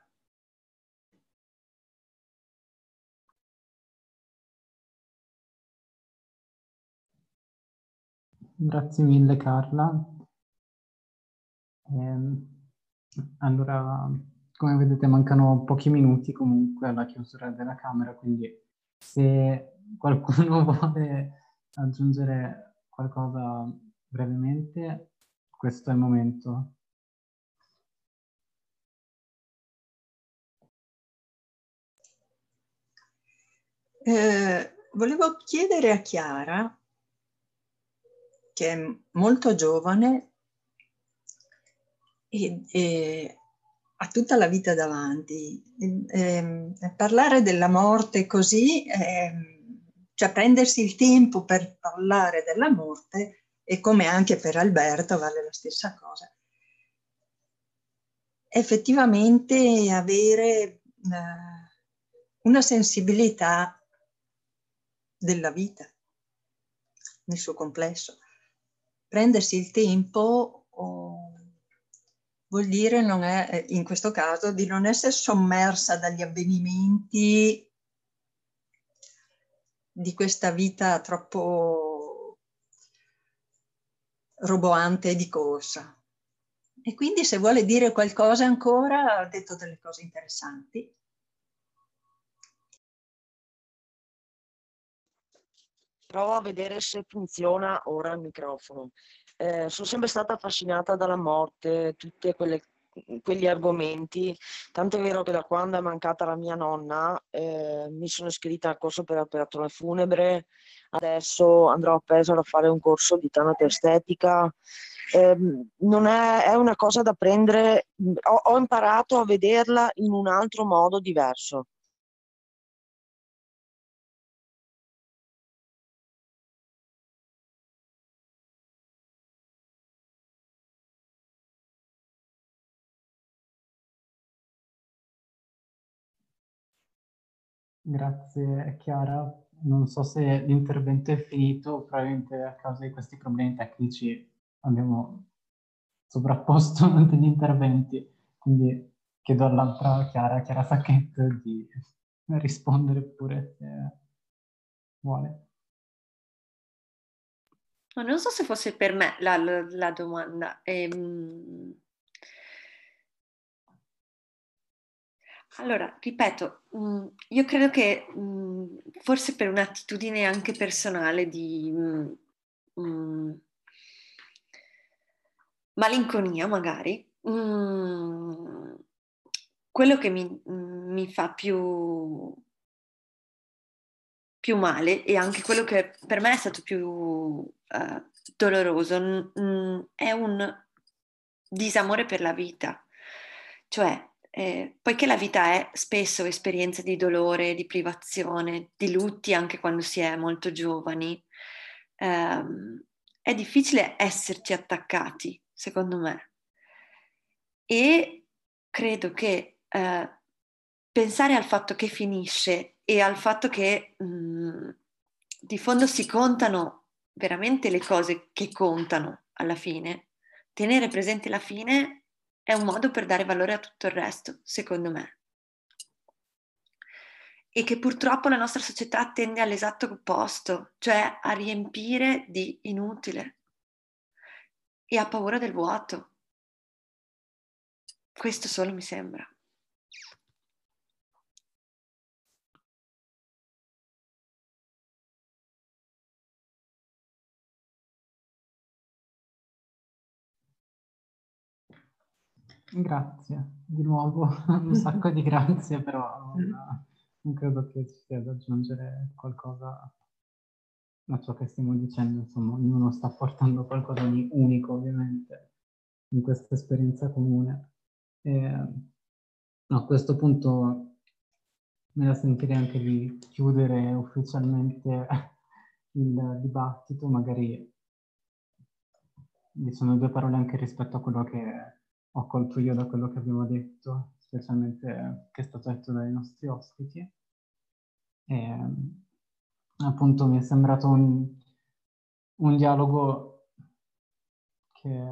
Grazie mille Carla. Ehm, allora, come vedete mancano pochi minuti comunque alla chiusura della camera, quindi se qualcuno vuole aggiungere qualcosa brevemente, questo è il momento. Eh, volevo chiedere a Chiara, che è molto giovane e, e ha tutta la vita davanti, e, e, parlare della morte così, eh, cioè prendersi il tempo per parlare della morte, e come anche per Alberto vale la stessa cosa. Effettivamente avere una, una sensibilità della vita nel suo complesso. Prendersi il tempo oh, vuol dire, non è, in questo caso, di non essere sommersa dagli avvenimenti di questa vita troppo roboante di corsa. E quindi se vuole dire qualcosa ancora, ha detto delle cose interessanti. Provo a vedere se funziona ora il microfono. Eh, sono sempre stata affascinata dalla morte, tutti quegli argomenti, tanto è vero che da quando è mancata la mia nonna eh, mi sono iscritta al corso per operazione funebre, adesso andrò a Pesaro a fare un corso di tanatoestetica. Eh, non è, è una cosa da prendere, ho, ho imparato a vederla in un altro modo diverso. Grazie Chiara. Non so se l'intervento è finito, probabilmente a causa di questi problemi tecnici abbiamo sovrapposto degli interventi, quindi chiedo all'altra Chiara, Chiara Sacchetto, di rispondere pure se vuole. No, non so se fosse per me la, la, la domanda. Ehm... Allora, ripeto, mh, io credo che mh, forse per un'attitudine anche personale di mh, mh, malinconia magari, mh, quello che mi, mi fa più, più male e anche quello che per me è stato più uh, doloroso mh, è un disamore per la vita. Cioè, eh, poiché la vita è spesso esperienza di dolore, di privazione, di lutti anche quando si è molto giovani, ehm, è difficile esserci attaccati, secondo me. E credo che eh, pensare al fatto che finisce e al fatto che mh, di fondo si contano veramente le cose che contano alla fine, tenere presente la fine è un modo per dare valore a tutto il resto, secondo me. E che purtroppo la nostra società tende all'esatto opposto, cioè a riempire di inutile e ha paura del vuoto. Questo solo mi sembra. Grazie, di nuovo un sacco di grazie, però non, non credo che ci sia da aggiungere qualcosa a ciò che stiamo dicendo. Insomma, ognuno sta portando qualcosa di unico, ovviamente, in questa esperienza comune. E, a questo punto me la sentirei anche di chiudere ufficialmente il dibattito, magari dicendo due parole anche rispetto a quello che ho colto io da quello che abbiamo detto, specialmente che è stato detto dai nostri ospiti. E, appunto mi è sembrato un, un dialogo che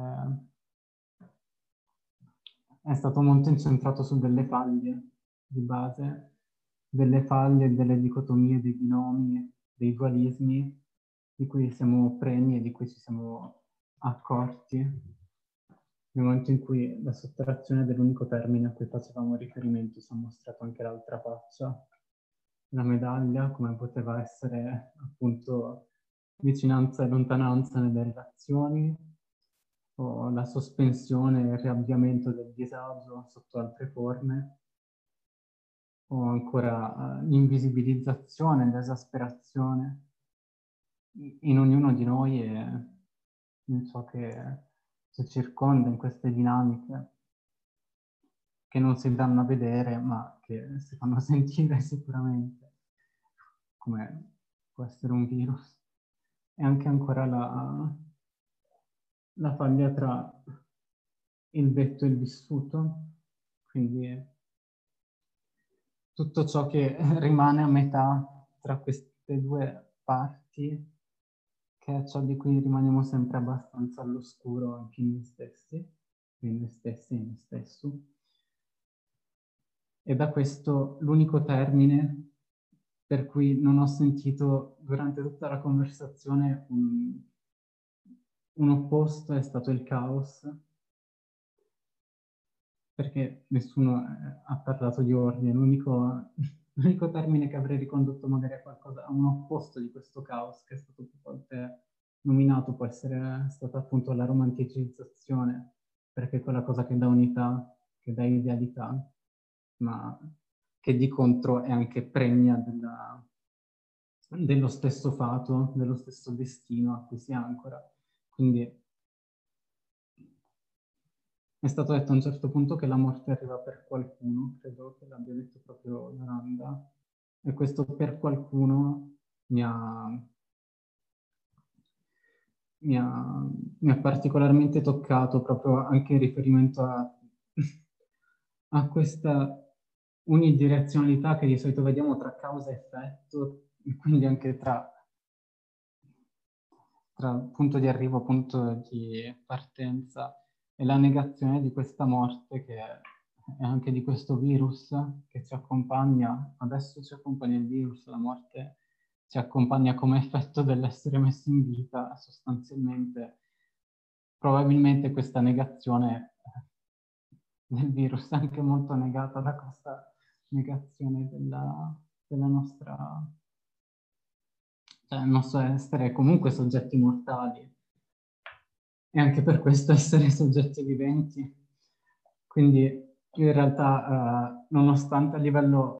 è stato molto incentrato su delle faglie di base, delle faglie, delle dicotomie, dei binomi, dei dualismi di cui siamo pregni e di cui ci siamo accorti nel momento in cui la sottrazione dell'unico termine a cui facevamo riferimento si è mostrato anche l'altra faccia, la medaglia, come poteva essere appunto vicinanza e lontananza nelle relazioni, o la sospensione e il riavviamento del disagio sotto altre forme, o ancora uh, l'invisibilizzazione, l'esasperazione in ognuno di noi e in ciò che ci circonda, in queste dinamiche che non si danno a vedere ma che si fanno sentire sicuramente, come può essere un virus. E anche ancora la, la faglia tra il detto e il vissuto, quindi tutto ciò che rimane a metà tra queste due parti, che è ciò di cui rimaniamo sempre abbastanza all'oscuro anche in noi stessi, in noi stessi e in noi stesso. E da questo l'unico termine per cui non ho sentito durante tutta la conversazione un, un opposto è stato il caos, perché nessuno eh, ha parlato di ordine. L'unico, l'unico termine che avrei ricondotto magari a qualcosa, a un opposto di questo caos, che è stato più volte nominato, può essere stata appunto la romanticizzazione, perché è quella cosa che dà unità, che dà idealità, ma che di contro è anche pregna della, dello stesso fato, dello stesso destino a cui si ancora. Quindi è stato detto a un certo punto che la morte arriva per qualcuno, credo che l'abbia detto proprio Naranda, e questo per qualcuno mi ha, mi ha, mi ha particolarmente toccato, proprio anche in riferimento a, a questa unidirezionalità che di solito vediamo tra causa e effetto, e quindi anche tra, tra punto di arrivo, punto di partenza, e la negazione di questa morte, che è, è anche di questo virus che ci accompagna. Adesso ci accompagna il virus, la morte ci accompagna come effetto dell'essere messi in vita, sostanzialmente. Probabilmente questa negazione del virus è anche molto negata da questa negazione della, della nostra, cioè il nostro essere comunque soggetti mortali, e anche per questo essere soggetti viventi. Quindi io in realtà, eh, nonostante a livello